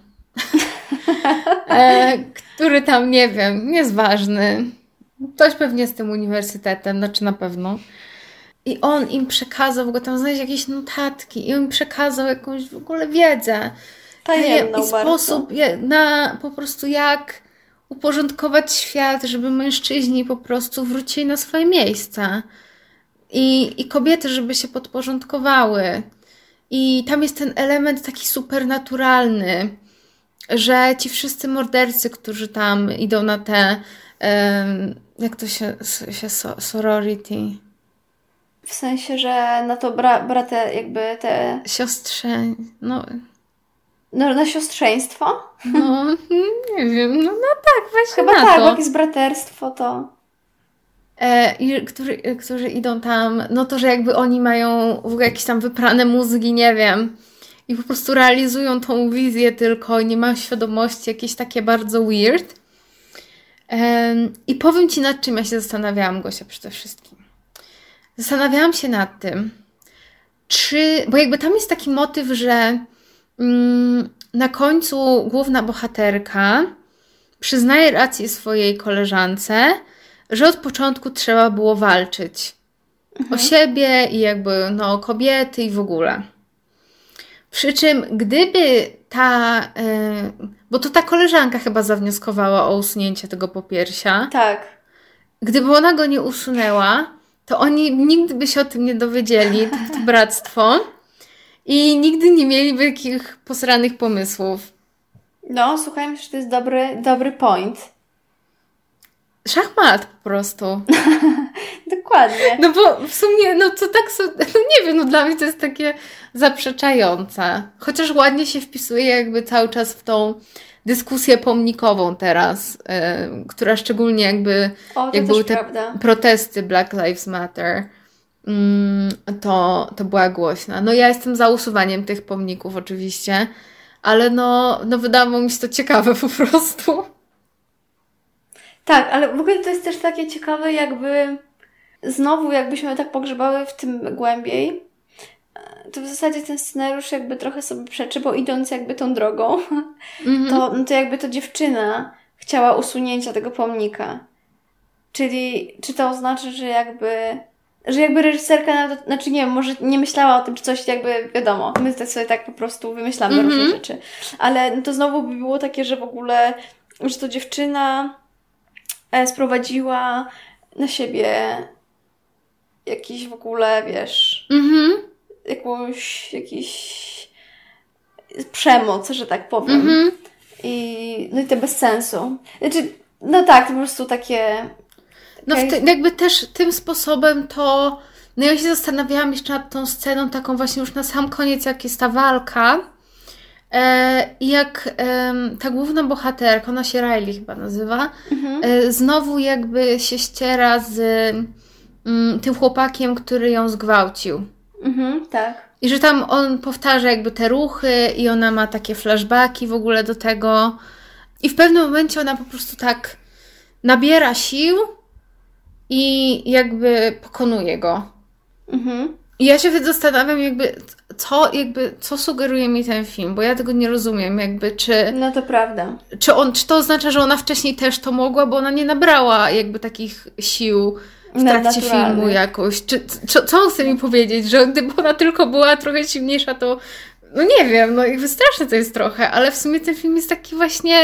e, który tam, nie wiem, jest ważny. Ktoś pewnie z tym uniwersytetem, znaczy na pewno. I on im przekazał, w ogóle tam znaleźć jakieś notatki i on im przekazał jakąś w ogóle wiedzę. Tajemną I sposób bardzo. na po prostu jak uporządkować świat, żeby mężczyźni po prostu wrócili na swoje miejsca. I, i kobiety, żeby się podporządkowały. I tam jest ten element taki supernaturalny, że ci wszyscy mordercy, którzy tam idą na te, um, jak to się, się so, sorority... W sensie, że na to bra, brate jakby te... Siostrze... No, no na siostrzeństwo? no nie wiem, no, no tak, właśnie Chyba na tak, to. bo jak jest braterstwo, to... E, i, którzy, którzy idą tam, no to, że jakby oni mają w ogóle jakieś tam wyprane mózgi, nie wiem, i po prostu realizują tą wizję tylko i nie mają świadomości, jakieś takie bardzo weird. E, I powiem Ci, nad czym ja się zastanawiałam, Gosia, przede wszystkim. Zastanawiałam się nad tym, czy, bo jakby tam jest taki motyw, że mm, na końcu główna bohaterka przyznaje rację swojej koleżance, że od początku trzeba było walczyć mhm. o siebie i jakby no, o kobiety i w ogóle. Przy czym gdyby ta, yy, bo to ta koleżanka chyba zawnioskowała o usunięcie tego popiersia. Tak. Gdyby ona go nie usunęła, to oni nigdy by się o tym nie dowiedzieli, to, to bractwo, i nigdy nie mieliby takich posranych pomysłów. No, słuchaj, myślę, że to jest dobry, dobry point. Szachmat po prostu. Dokładnie. No bo w sumie, no to tak, so, no nie wiem, no dla mnie to jest takie zaprzeczające. Chociaż ładnie się wpisuje jakby cały czas w tą dyskusję pomnikową teraz, yy, która szczególnie jakby, o, to jak były te prawda. protesty Black Lives Matter, yy, to, to była głośna. No ja jestem za usuwaniem tych pomników oczywiście, ale no, no wydawało mi się to ciekawe po prostu. Tak, ale w ogóle to jest też takie ciekawe, jakby znowu jakbyśmy tak pogrzebały w tym głębiej, to w zasadzie ten scenariusz jakby trochę sobie przeczy, bo idąc jakby tą drogą, mm-hmm. to, no to jakby to dziewczyna chciała usunięcia tego pomnika. Czyli czy to oznacza, że jakby że jakby reżyserka nawet, znaczy nie wiem, może nie myślała o tym, czy coś jakby, wiadomo, my tak sobie tak po prostu wymyślamy mm-hmm. różne rzeczy, ale no to znowu by było takie, że w ogóle, że to dziewczyna sprowadziła na siebie jakiś w ogóle, wiesz, mm-hmm. jakąś, jakiś przemoc, że tak powiem. Mm-hmm. I, no i to bez sensu. Znaczy, no tak, to po prostu takie... No w ty, jakby też tym sposobem to... No ja się zastanawiałam jeszcze nad tą sceną taką właśnie już na sam koniec, jak jest ta walka. I jak ta główna bohaterka, ona się Riley chyba nazywa, mhm. znowu jakby się ściera z tym chłopakiem, który ją zgwałcił. Mhm, tak. I że tam on powtarza jakby te ruchy i ona ma takie flashbacki w ogóle do tego. I w pewnym momencie ona po prostu tak nabiera sił i jakby pokonuje go. Mhm. I ja się wtedy zastanawiam jakby, co, jakby, co sugeruje mi ten film, bo ja tego nie rozumiem, jakby, czy... No to prawda. Czy, on, czy to oznacza, że ona wcześniej też to mogła, bo ona nie nabrała jakby takich sił w trakcie filmu jakoś. Czy, czy, co on chce mi powiedzieć, że gdyby ona tylko była trochę silniejsza, to no nie wiem, no jakby straszne to jest trochę, ale w sumie ten film jest taki właśnie...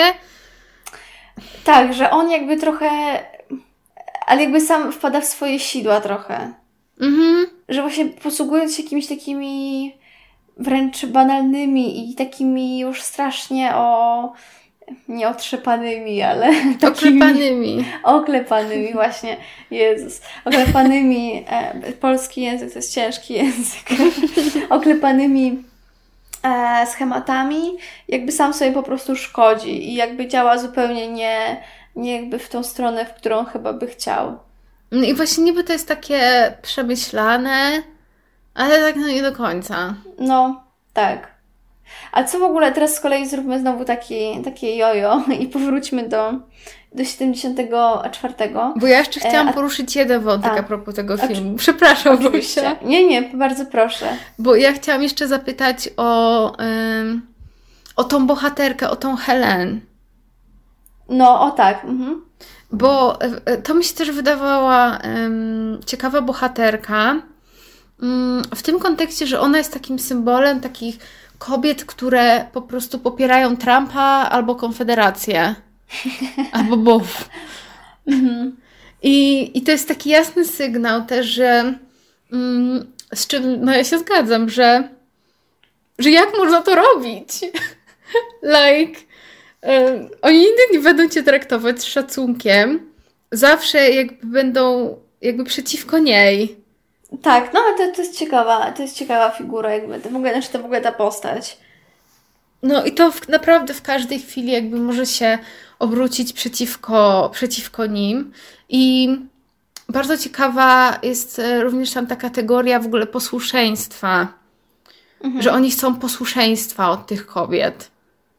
Tak, że on jakby trochę... Ale jakby sam wpada w swoje sidła trochę. Mhm. Że właśnie posługując się jakimiś takimi wręcz banalnymi i takimi już strasznie o... nie otrzepanymi, ale takimi... Oklepanymi. Oklepanymi, właśnie. Jezus. Oklepanymi... E, polski język to jest ciężki język. Oklepanymi e, schematami. Jakby sam sobie po prostu szkodzi i jakby działa zupełnie nie, nie jakby w tą stronę, w którą chyba by chciał. No i właśnie niby to jest takie przemyślane, ale tak no nie do końca. No, tak. A co w ogóle, teraz z kolei zróbmy znowu taki, takie jojo i powróćmy do, do siedemdziesiątego czwartego. Bo ja jeszcze chciałam e, a... poruszyć jeden wątek a, a propos tego filmu. A, Przepraszam, Gosia. Nie, nie, bardzo proszę. Bo ja chciałam jeszcze zapytać o, ym, o tą bohaterkę, o tą Helen. No, o tak. Mhm. Bo to mi się też wydawała um, ciekawa bohaterka. Um, w tym kontekście, że ona jest takim symbolem takich kobiet, które po prostu popierają Trumpa albo Konfederację. Albo both. Mhm. I, I to jest taki jasny sygnał też, że um, z czym no ja się zgadzam, że, że jak można to robić? like... Um, oni nigdy nie będą cię traktować z szacunkiem. Zawsze jakby będą jakby przeciwko niej. Tak, no ale to, to jest ciekawa, to jest ciekawa figura, jakby to w ogóle, znaczy to w ogóle ta postać. No i to w, naprawdę w każdej chwili jakby może się obrócić przeciwko, przeciwko nim. I bardzo ciekawa jest również tam ta kategoria w ogóle posłuszeństwa. Mhm. Że oni chcą posłuszeństwa od tych kobiet.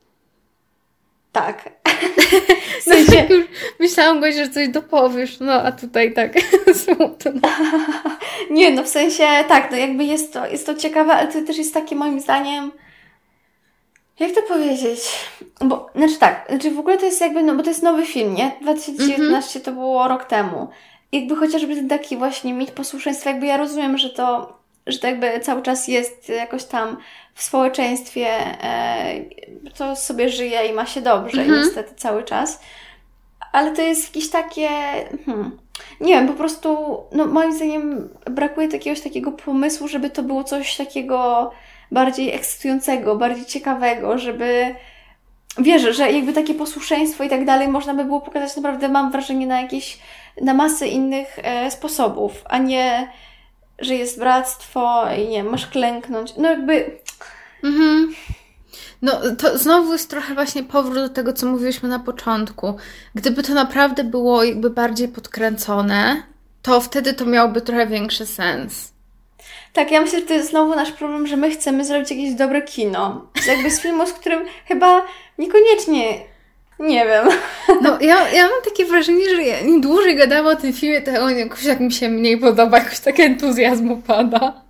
Tak. W sensie... No, już myślałam, Goś, że coś dopowiesz, no a tutaj tak smutno. Nie, no w sensie tak, no jakby jest to, jest to ciekawe, ale to też jest takie moim zdaniem, jak to powiedzieć, bo, znaczy tak, znaczy w ogóle to jest jakby, no bo to jest nowy film, nie? dwa tysiące dziewiętnasty mm-hmm. to było rok temu. Jakby chociażby ten taki właśnie mieć posłuszeństwo, jakby ja rozumiem, że to, że to jakby cały czas jest jakoś tam w społeczeństwie, e, to sobie żyje i ma się dobrze mm-hmm. niestety cały czas. Ale to jest jakieś takie, hmm, nie wiem, po prostu, no moim zdaniem brakuje jakiegoś takiego pomysłu, żeby to było coś takiego bardziej ekscytującego, bardziej ciekawego, żeby, wierzę, że jakby takie posłuszeństwo i tak dalej można by było pokazać naprawdę, mam wrażenie, na jakieś, na masę innych e, sposobów, a nie, że jest bractwo i nie, masz klęknąć, no jakby... Mhm. No to znowu jest trochę właśnie powrót do tego, co mówiliśmy na początku. Gdyby to naprawdę było jakby bardziej podkręcone, to wtedy to miałoby trochę większy sens. Tak, ja myślę, że to jest znowu nasz problem, że my chcemy zrobić jakieś dobre kino. Jakby z filmu, z którym chyba niekoniecznie, nie wiem. No ja, ja mam takie wrażenie, że ja im dłużej gadam o tym filmie, to on jakoś tak mi się mniej podoba, jakoś tak entuzjazm upada.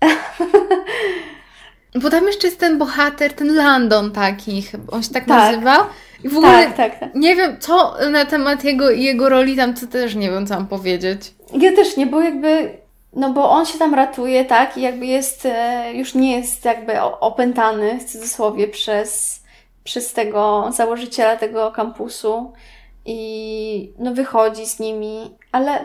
Bo tam jeszcze jest ten bohater, ten Landon taki, chyba on się tak, tak. nazywa. I w ogóle tak, tak, tak. nie wiem, co na temat jego, jego roli tam, to też nie wiem, co mam powiedzieć. Ja też nie, bo jakby, no bo on się tam ratuje, tak, i jakby jest, już nie jest jakby opętany, w cudzysłowie, przez, przez tego założyciela tego kampusu i no wychodzi z nimi, ale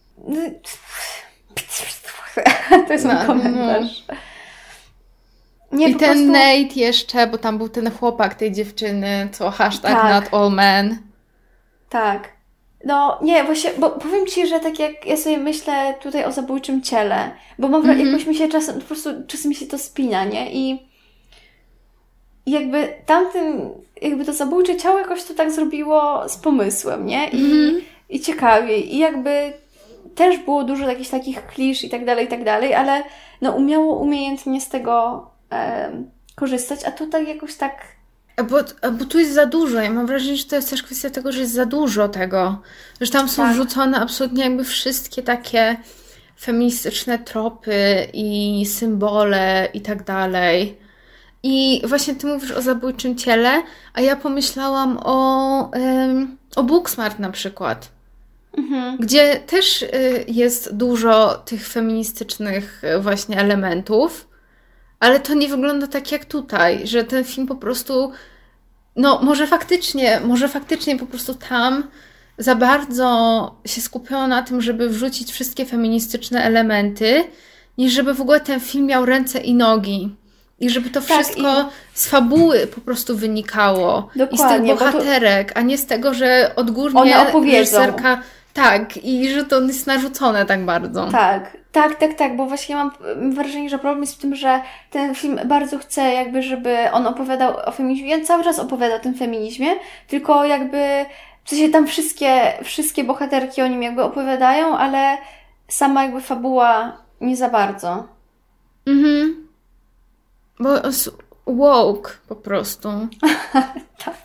to jest mój no, komentarz. No. Nie, I ten prostu... Nate jeszcze, bo tam był ten chłopak tej dziewczyny, co hashtag tak. not all men. Tak. No nie, właśnie, bo powiem Ci, że tak jak ja sobie myślę tutaj o zabójczym ciele, bo mam mm-hmm. jakoś mi się czasem, po prostu czasem mi się to spina, nie? I jakby tamtym, jakby to zabójcze ciało jakoś to tak zrobiło z pomysłem, nie? I, mm-hmm. i ciekawie. I jakby też było dużo jakichś takich klisz i tak dalej, i tak dalej, ale no umiało umiejętnie z tego korzystać, a tutaj jakoś tak... Bo, bo tu jest za dużo. Ja mam wrażenie, że to jest też kwestia tego, że jest za dużo tego. Że tam są tak. wrzucone absolutnie jakby wszystkie takie feministyczne tropy i symbole i tak dalej. I właśnie ty mówisz o zabójczym ciele, a ja pomyślałam o, um, o Booksmart na przykład. Mhm. Gdzie też y, jest dużo tych feministycznych właśnie elementów. Ale to nie wygląda tak jak tutaj, że ten film po prostu, no może faktycznie, może faktycznie po prostu tam za bardzo się skupiono na tym, żeby wrzucić wszystkie feministyczne elementy, niż żeby w ogóle ten film miał ręce i nogi. I żeby to wszystko tak, i... z fabuły po prostu wynikało. Dokładnie, i z tych bohaterek, to... a nie z tego, że odgórnie reżyserka... Tak, i że to jest narzucone tak bardzo. Tak, tak, tak, tak, bo właśnie mam wrażenie, że problem jest w tym, że ten film bardzo chce jakby, żeby on opowiadał o feminizmie. On cały czas opowiada o tym feminizmie, tylko jakby w sensie tam wszystkie, wszystkie bohaterki o nim jakby opowiadają, ale sama jakby fabuła nie za bardzo. Mhm. Bo jest woke po prostu. Tak.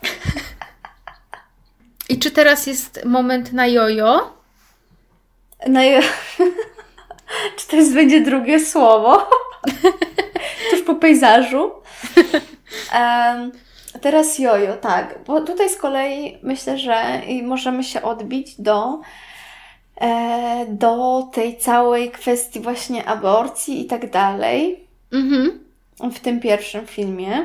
I czy teraz jest moment na jojo? Na jojo... Czy teraz będzie drugie słowo? Tuż po pejzażu. Um, Teraz jojo, tak. Bo tutaj z kolei myślę, że możemy się odbić do, e, do tej całej kwestii właśnie aborcji i tak dalej. Mhm. W tym pierwszym filmie.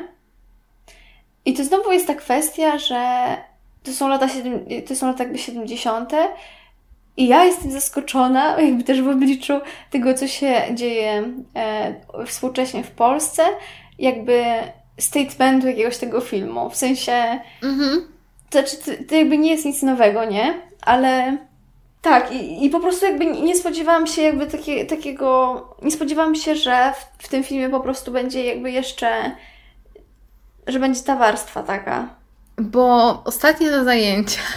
I to znowu jest ta kwestia, że to są lata, siedem, to są lata jakby siedemdziesiąte i ja jestem zaskoczona jakby też w obliczu tego, co się dzieje e, współcześnie w Polsce, jakby statementu jakiegoś tego filmu. W sensie Mhm. to, to, to jakby nie jest nic nowego, nie? Ale tak, i, i po prostu jakby nie spodziewałam się jakby takie, takiego, nie spodziewałam się, że w, w tym filmie po prostu będzie jakby jeszcze, że będzie ta warstwa taka. Bo ostatnio na zajęciach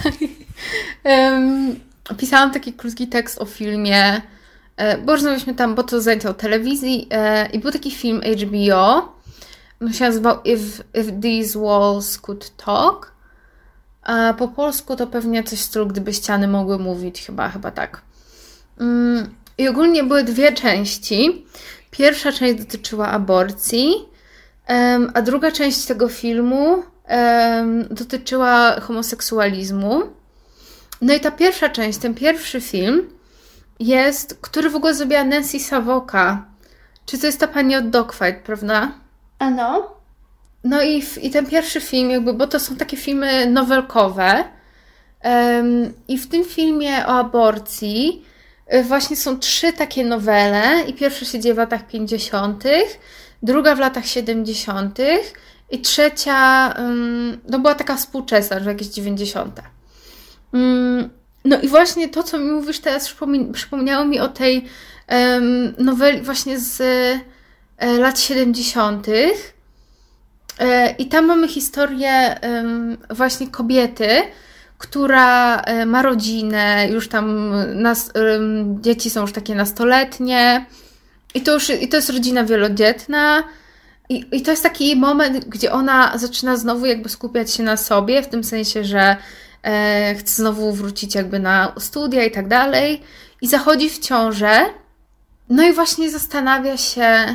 um, pisałam taki krótki tekst o filmie, e, bo rozmawialiśmy tam, bo to zajęcie o telewizji e, i był taki film H B O, on się nazywał If, If These Walls Could Talk, a po polsku to pewnie coś w stylu Gdyby ściany mogły mówić, chyba, chyba tak. Um, I ogólnie były dwie części. Pierwsza część dotyczyła aborcji, um, a druga część tego filmu um, dotyczyła homoseksualizmu. No i ta pierwsza część, ten pierwszy film jest, który w ogóle zrobiła Nancy Savoca. Czy to jest ta pani od Dogfight, prawda? Ano. No i, w, i ten pierwszy film, jakby, bo to są takie filmy nowelkowe. Um, I w tym filmie o aborcji y, właśnie są trzy takie nowele. I pierwsza się dzieje w latach pięćdziesiątych, druga w latach siedemdziesiątych i trzecia um, no była taka współczesna, że jakieś dziewięćdziesiąte. Um, no i właśnie to, co mi mówisz teraz, przypomni- przypomniało mi o tej um, noweli właśnie z e, lat siedemdziesiątych. E, I tam mamy historię um, właśnie kobiety, która e, ma rodzinę, już tam nas, um, dzieci są już takie nastoletnie i to już i to jest rodzina wielodzietna. I, I to jest taki moment, gdzie ona zaczyna znowu jakby skupiać się na sobie, w tym sensie, że e, chce znowu wrócić jakby na studia i tak dalej. I zachodzi w ciążę. No i właśnie zastanawia się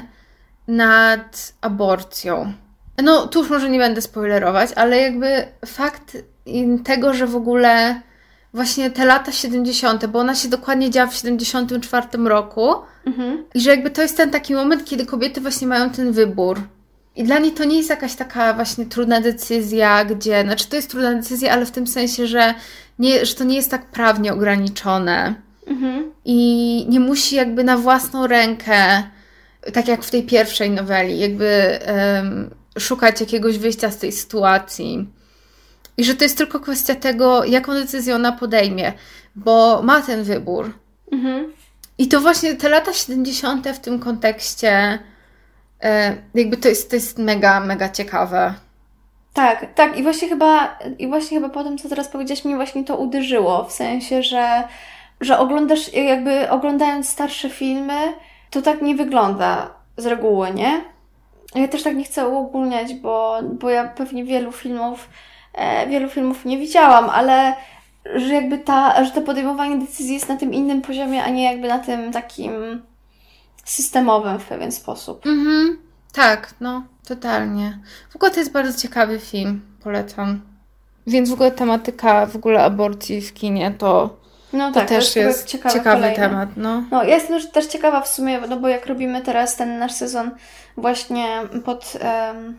nad aborcją. No, tu już może nie będę spoilerować, ale jakby fakt tego, że w ogóle właśnie te lata siedemdziesiąte, bo ona się dokładnie działa w siedemdziesiątym czwartym roku Mhm. i że jakby to jest ten taki moment, kiedy kobiety właśnie mają ten wybór. I dla niej to nie jest jakaś taka właśnie trudna decyzja, gdzie, znaczy to jest trudna decyzja, ale w tym sensie, że, nie, że to nie jest tak prawnie ograniczone. Mhm. I nie musi jakby na własną rękę, tak jak w tej pierwszej noweli, jakby um, szukać jakiegoś wyjścia z tej sytuacji. I że to jest tylko kwestia tego, jaką decyzję ona podejmie, bo ma ten wybór. Mhm. I to właśnie te lata siedemdziesiąte w tym kontekście e, jakby to jest, to jest mega, mega ciekawe. Tak, tak. I właśnie chyba, i właśnie chyba po tym, co teraz powiedziałaś, mnie właśnie to uderzyło. W sensie, że, że oglądasz, jakby oglądając starsze filmy, to tak nie wygląda z reguły, nie? Ja też tak nie chcę uogólniać, bo, bo ja pewnie wielu filmów, e, wielu filmów nie widziałam, ale że jakby ta, że to podejmowanie decyzji jest na tym innym poziomie, a nie jakby na tym takim systemowym w pewien sposób. Mhm. Tak, no, totalnie. W ogóle to jest bardzo ciekawy film, polecam. Więc w ogóle tematyka w ogóle aborcji w kinie to, No to tak, też to jest, jest ciekawe ciekawy kolejne. temat, no. No, ja jestem też ciekawa w sumie, no bo jak robimy teraz ten nasz sezon właśnie pod um,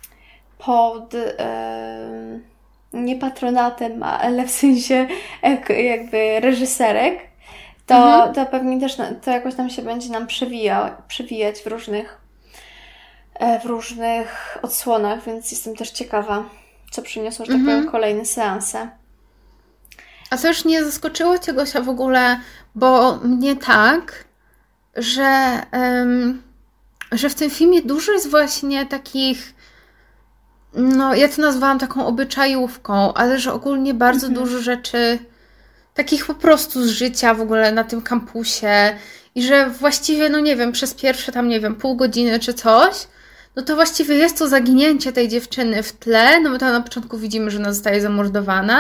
pod um, nie patronatem, ale w sensie jak, jakby reżyserek, to, Mhm. to pewnie też na, to jakoś tam się będzie nam przewijał, przewijać w różnych w różnych odsłonach, więc jestem też ciekawa, co przyniosą, że tak Mhm. powiem, kolejne seanse. A to już nie zaskoczyło Cię, Gosia, w ogóle, bo mnie tak, że, um, że w tym filmie dużo jest właśnie takich, no ja to nazwałam taką obyczajówką, ale że ogólnie bardzo Mhm. dużo rzeczy takich po prostu z życia w ogóle na tym kampusie i że właściwie, no nie wiem, przez pierwsze tam, nie wiem, pół godziny czy coś, no to właściwie jest to zaginięcie tej dziewczyny w tle, no bo tam na początku widzimy, że ona zostaje zamordowana,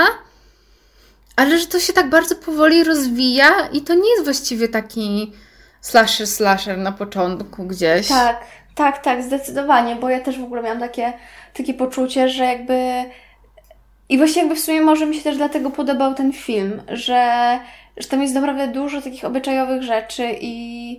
ale że to się tak bardzo powoli rozwija i to nie jest właściwie taki slasher, slasher na początku gdzieś. Tak, Tak, tak, zdecydowanie, bo ja też w ogóle miałam takie, takie poczucie, że jakby... I właśnie jakby w sumie może mi się też dlatego podobał ten film, że, że tam jest naprawdę dużo takich obyczajowych rzeczy i,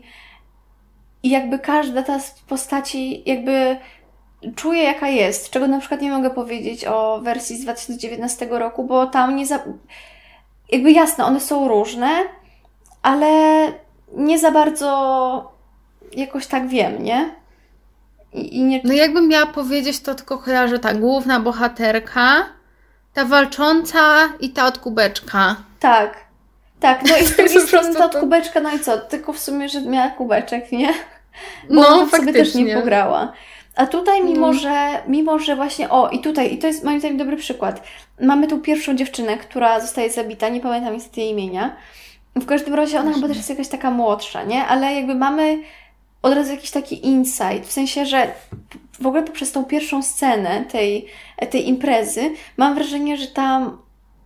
i jakby każda ta z postaci jakby czuje jaka jest, czego na przykład nie mogę powiedzieć o wersji z dwa tysiące dziewiętnastego roku, bo tam nie za... Jakby jasne, one są różne, ale nie za bardzo jakoś tak wiem, nie? I, i nie... No jakbym miała powiedzieć, to tylko kojarzę ta główna bohaterka, ta walcząca i ta od kubeczka. Tak, tak. No i z drugiej Po strony prostu ta od to- kubeczka, no i co? Tylko w sumie, że miała kubeczek, nie? Bo No, ona sobie też nie faktycznie. pograła. A tutaj mimo, Mm. że, mimo, że właśnie, o i tutaj, i to jest moim zdaniem dobry przykład. Mamy tu pierwszą dziewczynę, która zostaje zabita, nie pamiętam niestety jej imienia. W każdym razie ona chyba też jest jakaś taka młodsza, nie? Ale jakby mamy od razu jakiś taki insight, w sensie, że w ogóle poprzez tą pierwszą scenę tej, tej imprezy mam wrażenie, że tam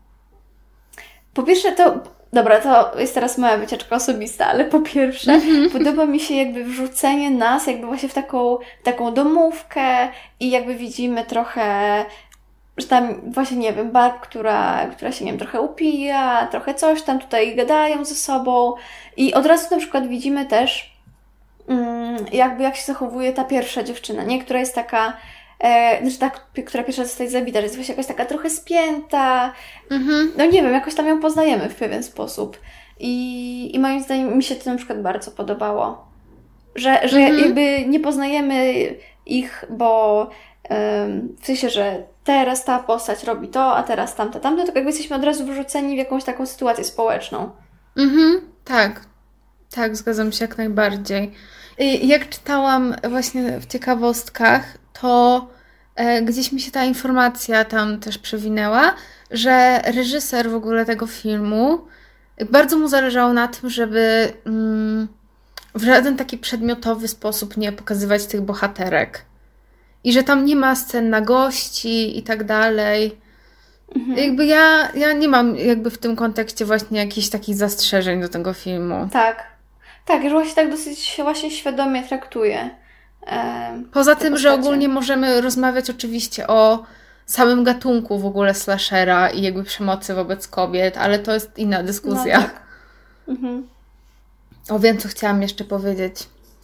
po pierwsze to, dobra, to jest teraz moja wycieczka osobista, ale po pierwsze podoba mi się jakby wrzucenie nas jakby właśnie w taką, taką domówkę i jakby widzimy trochę, że tam właśnie, nie wiem, Barb, która, która się, nie wiem, trochę upija, trochę coś tam, tutaj gadają ze sobą i od razu na przykład widzimy też mm, jakby jak się zachowuje ta pierwsza dziewczyna, nie? Która jest taka, e, znaczy ta, która pierwsza zostaje zabita, że jest właśnie jakaś taka trochę spięta, Mhm. no nie wiem, jakoś tam ją poznajemy w pewien sposób. I, i moim zdaniem mi się to na przykład bardzo podobało. Że, że Mhm. jakby nie poznajemy ich, bo em, w sensie, że teraz ta postać robi to, a teraz tamta, tamto, tylko jakby jesteśmy od razu wrzuceni w jakąś taką sytuację społeczną. Mhm, tak. Tak, zgadzam się jak najbardziej. I jak czytałam właśnie w ciekawostkach, to e, gdzieś mi się ta informacja tam też przewinęła, że reżyser w ogóle tego filmu, bardzo mu zależało na tym, żeby mm, w żaden taki przedmiotowy sposób nie pokazywać tych bohaterek. I że tam nie ma scen na gości i tak dalej. Jakby ja, ja nie mam jakby w tym kontekście właśnie jakichś takich zastrzeżeń do tego filmu. Tak. Tak, że właśnie tak dosyć właśnie świadomie traktuje. em, Poza te tym, że postacie. ogólnie możemy rozmawiać oczywiście o samym gatunku w ogóle slashera i jakby przemocy wobec kobiet, ale to jest inna dyskusja. No, tak. Mhm. O, wiem, co chciałam jeszcze powiedzieć.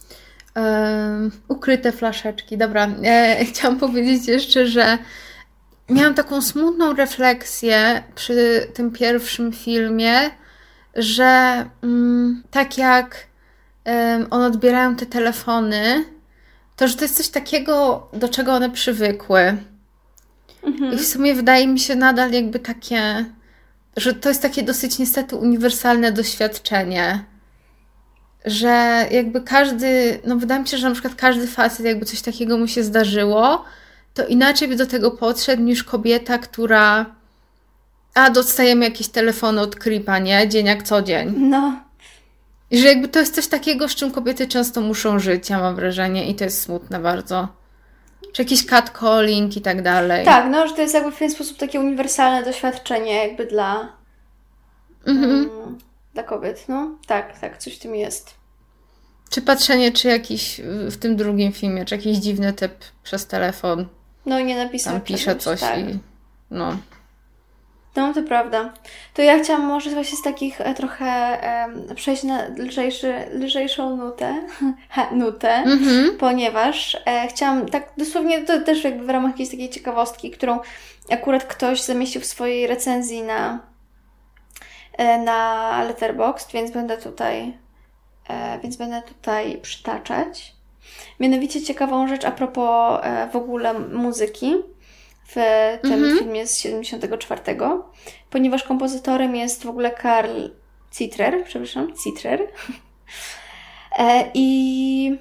Um, ukryte flaszeczki. Dobra, e, chciałam powiedzieć jeszcze, że miałam taką smutną refleksję przy tym pierwszym filmie, że mm, tak jak um, one odbierają te telefony, to że to jest coś takiego, do czego one przywykły. Mhm. I w sumie wydaje mi się nadal jakby takie, że to jest takie dosyć niestety uniwersalne doświadczenie. Że jakby każdy, no wydaje mi się, że na przykład każdy facet jakby coś takiego mu się zdarzyło, to inaczej by do tego podszedł niż kobieta, która a dostajemy jakieś telefony od creepa, nie? Dzień jak co dzień. No, I że jakby to jest coś takiego, z czym kobiety często muszą żyć, ja mam wrażenie, i to jest smutne bardzo. Czy jakiś catcalling i tak dalej. tak, no, że to jest jakby w ten sposób takie uniwersalne doświadczenie jakby dla, Mhm. mm, dla kobiet, no. Tak, tak, coś w tym jest. Czy patrzenie, czy jakiś w tym drugim filmie, czy jakiś dziwny typ przez telefon No, nie napisał tam pisze czegoś, coś tak. i no. No, to prawda. To ja chciałam może właśnie z takich e, trochę em, przejść na lżejszy, lżejszą nutę, ha, nutę, Mhm. ponieważ e, chciałam tak dosłownie, to też jakby w ramach jakiejś takiej ciekawostki, którą akurat ktoś zamieścił w swojej recenzji na, e, na Letterboxd, więc będę tutaj, e, więc będę tutaj przytaczać. Mianowicie ciekawą rzecz a propos e, w ogóle muzyki w tym Mhm. filmie z siedemdziesiątego czwartego, ponieważ kompozytorem jest w ogóle Karl Zittrer, przepraszam, Zittrer. E, I,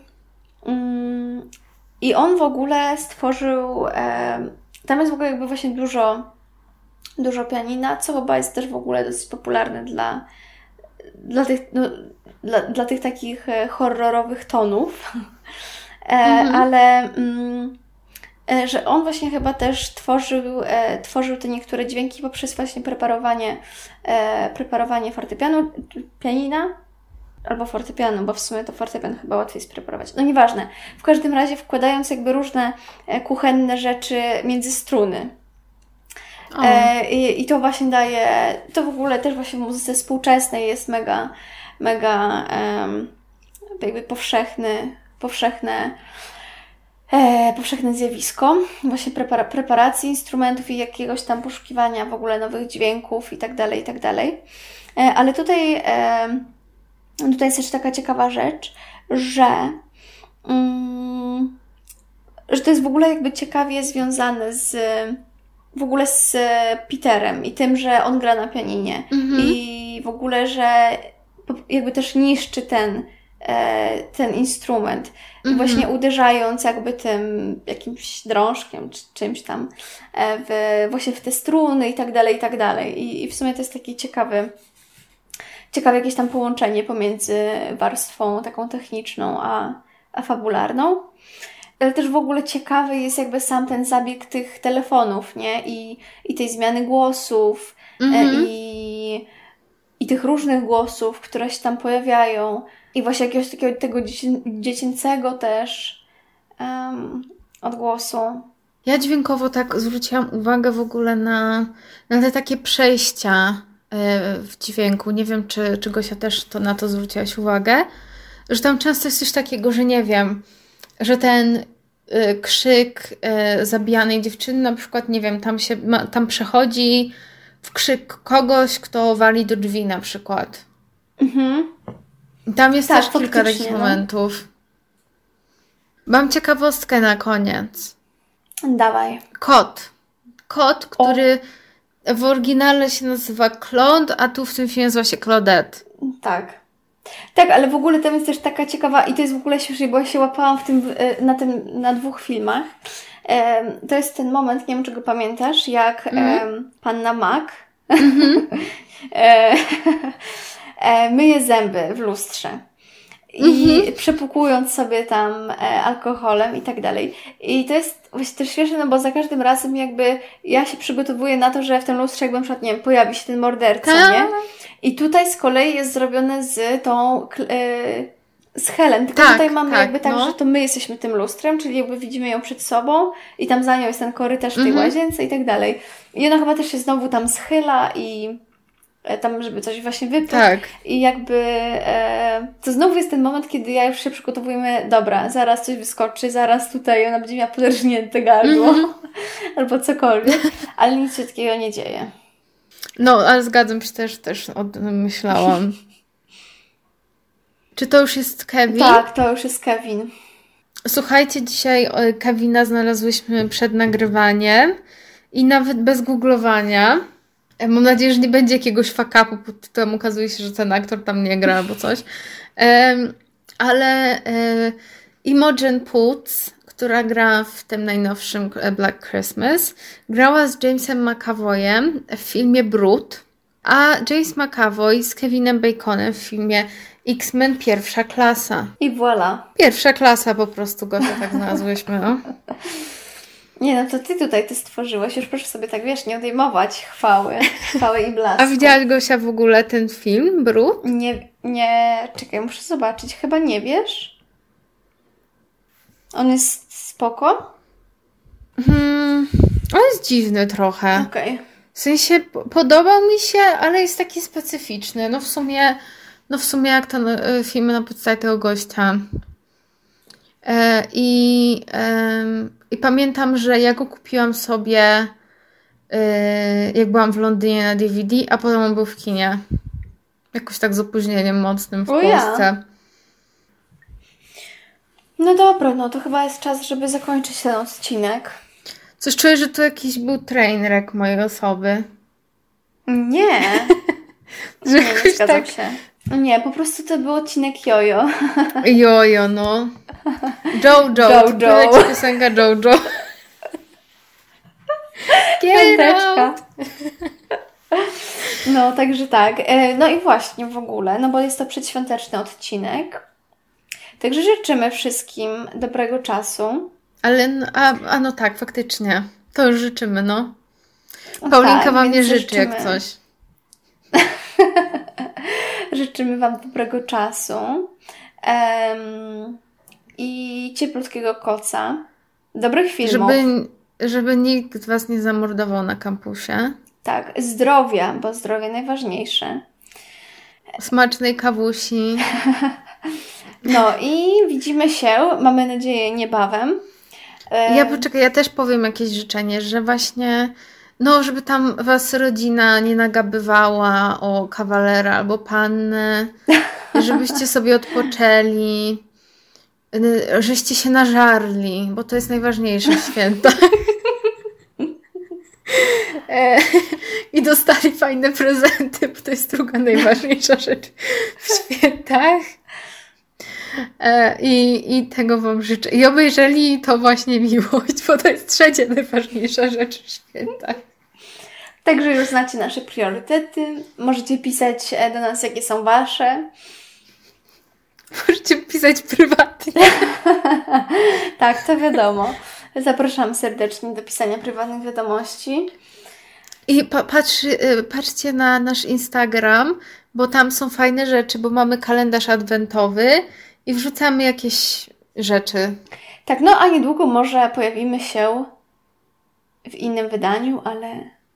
mm, I on w ogóle stworzył, e, tam jest w ogóle jakby właśnie dużo, dużo pianina, co chyba jest też w ogóle dosyć popularne dla, dla, tych, no, dla, dla tych takich e, horrorowych tonów. E, Mhm. ale mm, e, że on właśnie chyba też tworzył, e, tworzył te niektóre dźwięki poprzez właśnie preparowanie, e, preparowanie fortepianu, pianina. albo fortepianu, bo w sumie to fortepian chyba łatwiej spreparować. No nieważne. W każdym razie wkładając jakby różne kuchenne rzeczy między struny. E, i, I to właśnie daje, to w ogóle też właśnie w muzyce współczesnej jest mega, mega um, jakby powszechny, powszechne, e, powszechne zjawisko. Właśnie prepara, preparacji instrumentów i jakiegoś tam poszukiwania w ogóle nowych dźwięków i tak dalej, i tak dalej. E, ale tutaj, e, tutaj jest też taka ciekawa rzecz, że mm, że to jest w ogóle jakby ciekawie związane z w ogóle z Peterem i tym, że on gra na pianinie mhm. i w ogóle, że jakby też niszczy ten, ten instrument, mhm. właśnie uderzając jakby tym jakimś drążkiem czy czymś tam w, właśnie w te struny i tak dalej, i tak dalej. I, i w sumie to jest taki ciekawy ciekawe jakieś tam połączenie pomiędzy warstwą taką techniczną a, a fabularną. Ale też w ogóle ciekawy jest jakby sam ten zabieg tych telefonów, nie? I, i tej zmiany głosów mm-hmm. i, i tych różnych głosów, które się tam pojawiają. I właśnie jakiegoś takiego tego dziecię, dziecięcego też um, odgłosu. Ja dźwiękowo tak zwróciłam uwagę w ogóle na, na te takie przejścia w dźwięku. Nie wiem, czy, czy Gosia też to, na to zwróciłaś uwagę. Że tam często jest coś takiego, że nie wiem, że ten y, krzyk y, zabijanej dziewczyny na przykład, nie wiem, tam się ma, tam przechodzi w krzyk kogoś, kto wali do drzwi na przykład. Mhm. Tam jest tak, też kilka takich no. momentów. Mam ciekawostkę na koniec. Dawaj. Kot. Kot, który o. w oryginale się nazywa Claude, a tu w tym filmie nazywa się Claudette. Tak. Tak, ale w ogóle tam jest też taka ciekawa i to jest w ogóle śmiesznie, bo ja się łapałam w tym, na tym, na dwóch filmach. To jest ten moment, nie wiem, czy go pamiętasz, jak mm. panna Mac mm-hmm. myje zęby w lustrze i mm-hmm. przepukując sobie tam alkoholem i tak dalej. I to jest właśnie też śmieszne, no bo za każdym razem jakby ja się przygotowuję na to, że w tym lustrze jakby na przykład, nie wiem, pojawi się ten morderca, Ta. nie? I tutaj z kolei jest zrobione z tą yy, z Helen, tylko tak, tutaj mamy tak, jakby tak, no. że to my jesteśmy tym lustrem, czyli jakby widzimy ją przed sobą i tam za nią jest ten korytarz w tej mm-hmm. łazience i tak dalej. I ona chyba też się znowu tam schyla i e, tam, żeby coś właśnie wypić. Tak. I jakby e, to znowu jest ten moment, kiedy ja już się przygotowujemy, dobra, zaraz coś wyskoczy, zaraz tutaj ona będzie miała poderżnięte gardło mm-hmm. albo cokolwiek, ale nic się takiego nie dzieje. No, ale zgadzam się też, też o tym myślałam. Czy to już jest Kevin? Tak, to już jest Kevin. Słuchajcie, dzisiaj Kevina znalazłyśmy przed nagrywaniem i nawet bez googlowania. Mam nadzieję, że nie będzie jakiegoś fuck-upu pod tytułem okazuje się, że ten aktor tam nie gra albo coś. Um, ale um, Imogen Poots, która gra w tym najnowszym Black Christmas, grała z Jamesem McAvoyem w filmie Brud, a James McAvoy z Kevinem Baconem w filmie X-Men Pierwsza Klasa. I voilà. Pierwsza klasa po prostu, Gosia, tak znalazłyśmy. No. Nie no, to ty tutaj to stworzyłaś. Już proszę sobie tak, wiesz, nie odejmować chwały, chwały i blasku. A widziałaś, Gosia, w ogóle ten film Brud? Nie, nie, czekaj, muszę zobaczyć. Chyba nie wiesz? On jest spoko? Hmm, on jest dziwny trochę. Okej. Okay. W sensie podobał mi się, ale jest taki specyficzny. No w sumie, no w sumie jak ten film na podstawie tego gościa. E, i, e, I pamiętam, że ja go kupiłam sobie e, jak byłam w Londynie na D V D, a potem on był w kinie. Jakoś tak z opóźnieniem mocnym w o Polsce. Ja. No dobra, no to chyba jest czas, żeby zakończyć ten odcinek. Coś czuję, że to jakiś był trainwreck mojej osoby. Nie. że nie, nie zgadzam tak... się. Nie, po prostu to był odcinek Jojo. Jojo, no. Jojo. Jojo. To piosenka Jojo. Piąteczka. No, także tak. No i właśnie w ogóle, no bo jest to przedświąteczny odcinek. Także życzymy wszystkim dobrego czasu. Ale, a, a no tak, faktycznie. To już życzymy, no. Paulinka tak, wam nie życzy, życzymy. Jak coś. Życzy Życzymy Wam dobrego czasu um, i cieplutkiego koca. Dobrych filmów. Żeby, żeby nikt Was nie zamordował na kampusie. Tak, zdrowia, bo zdrowie najważniejsze. Smacznej kawusi. No i widzimy się, mamy nadzieję, niebawem. Ja poczekaj, ja też powiem jakieś życzenie, że właśnie, no żeby tam Was rodzina nie nagabywała o kawalera albo pannę, żebyście sobie odpoczęli, żeście się nażarli, bo to jest najważniejsze w świętach. I dostali fajne prezenty, bo to jest druga najważniejsza rzecz w świętach. I, I tego Wam życzę. I obejrzeli to właśnie miłość, bo to jest trzecia najważniejsza rzecz w świętach. Także już znacie nasze priorytety. Możecie pisać do nas, jakie są Wasze. Możecie pisać prywatnie. Tak, to wiadomo. Zapraszam serdecznie do pisania prywatnych wiadomości. I pa- patrz, patrzcie na nasz Instagram, bo tam są fajne rzeczy, bo mamy kalendarz adwentowy i wrzucamy jakieś rzeczy. Tak, no a niedługo może pojawimy się w innym wydaniu, ale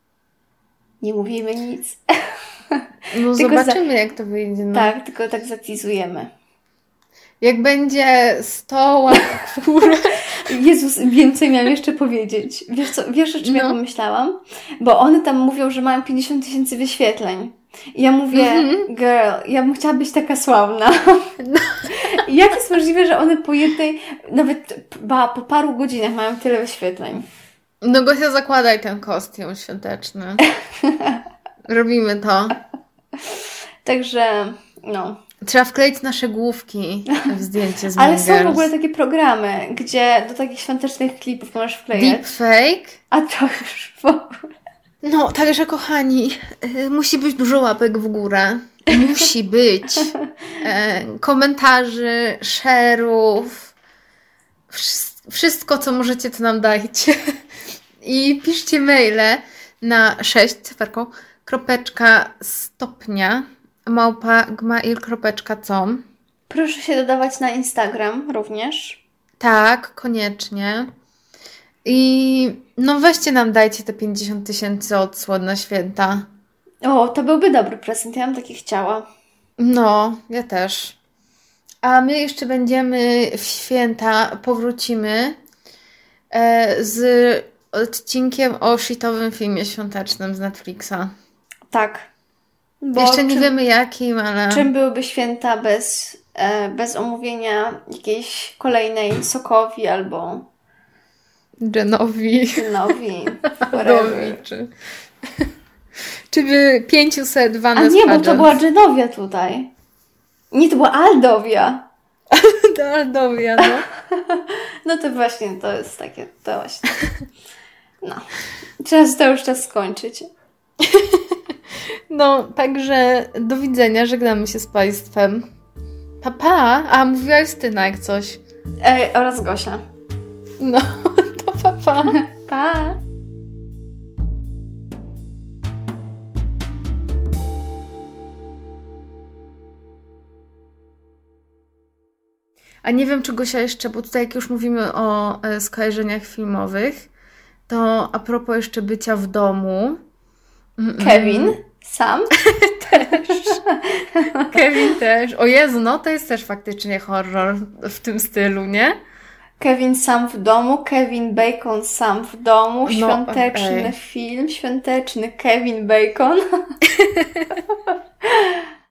nie mówimy nic. No zobaczymy, za... jak to wyjdzie. No. Tak, tylko tak zatizujemy. Jak będzie sto łapek w górę. Jezus, więcej miałam jeszcze powiedzieć. Wiesz co, wiesz o czym no. ja pomyślałam? Bo one tam mówią, że mają pięćdziesiąt tysięcy wyświetleń. I ja mówię, mm-hmm. girl, ja bym chciała być taka sławna. No. Jak jest możliwe, że one po jednej, nawet ba, po paru godzinach mają tyle wyświetleń? No Gosia, zakładaj ten kostium świąteczny. Robimy to. Także, no. Trzeba wkleić nasze główki w zdjęcie z Ale Mean są Girls. w ogóle takie programy, gdzie do takich świątecznych klipów możesz wklejać. Deepfake? A to już w ogóle. No, także kochani, y, musi być dużo łapek w górę. Musi być. Y, komentarzy, share'ów. Wsz- wszystko, co możecie, to nam dajcie. I piszcie maile na sześć cyferką kropeczka stopnia małpa gmail kropka com. Proszę się dodawać na Instagram również. Tak, koniecznie. I no weźcie nam, dajcie te pięćdziesiąt tysięcy odsłon na święta. O, to byłby dobry prezent, ja bym taki chciała. No, ja też. A my jeszcze będziemy w święta, powrócimy e, z odcinkiem o shitowym filmie świątecznym z Netflixa. Tak. Bo jeszcze nie czym, wiemy jakim, ale... Czym byłyby święta bez, e, bez omówienia jakiejś kolejnej Sokowi albo... Genowi. Genowi. Genowi, czy... czy by pięćset Vanessa A nie, bo to była Genovia tutaj. Nie, to była Aldowia. To Aldowia, no. No to właśnie, to jest takie, to właśnie. No. Czas, to już czas skończyć. No, także do widzenia, żegnamy się z Państwem. Pa, pa. A, mówiła Justyna jak coś. E, oraz Gosia. No, to pa, pa. Pa. A nie wiem, czy Gosia jeszcze, bo tutaj jak już mówimy o e, skojarzeniach filmowych, to a propos jeszcze bycia w domu. Mm-mm. Kevin? Sam? Też. Kevin też. O Jezu, no to jest też faktycznie horror w tym stylu, nie? Kevin sam w domu, Kevin Bacon sam w domu, No, świąteczny ej. film, świąteczny Kevin Bacon.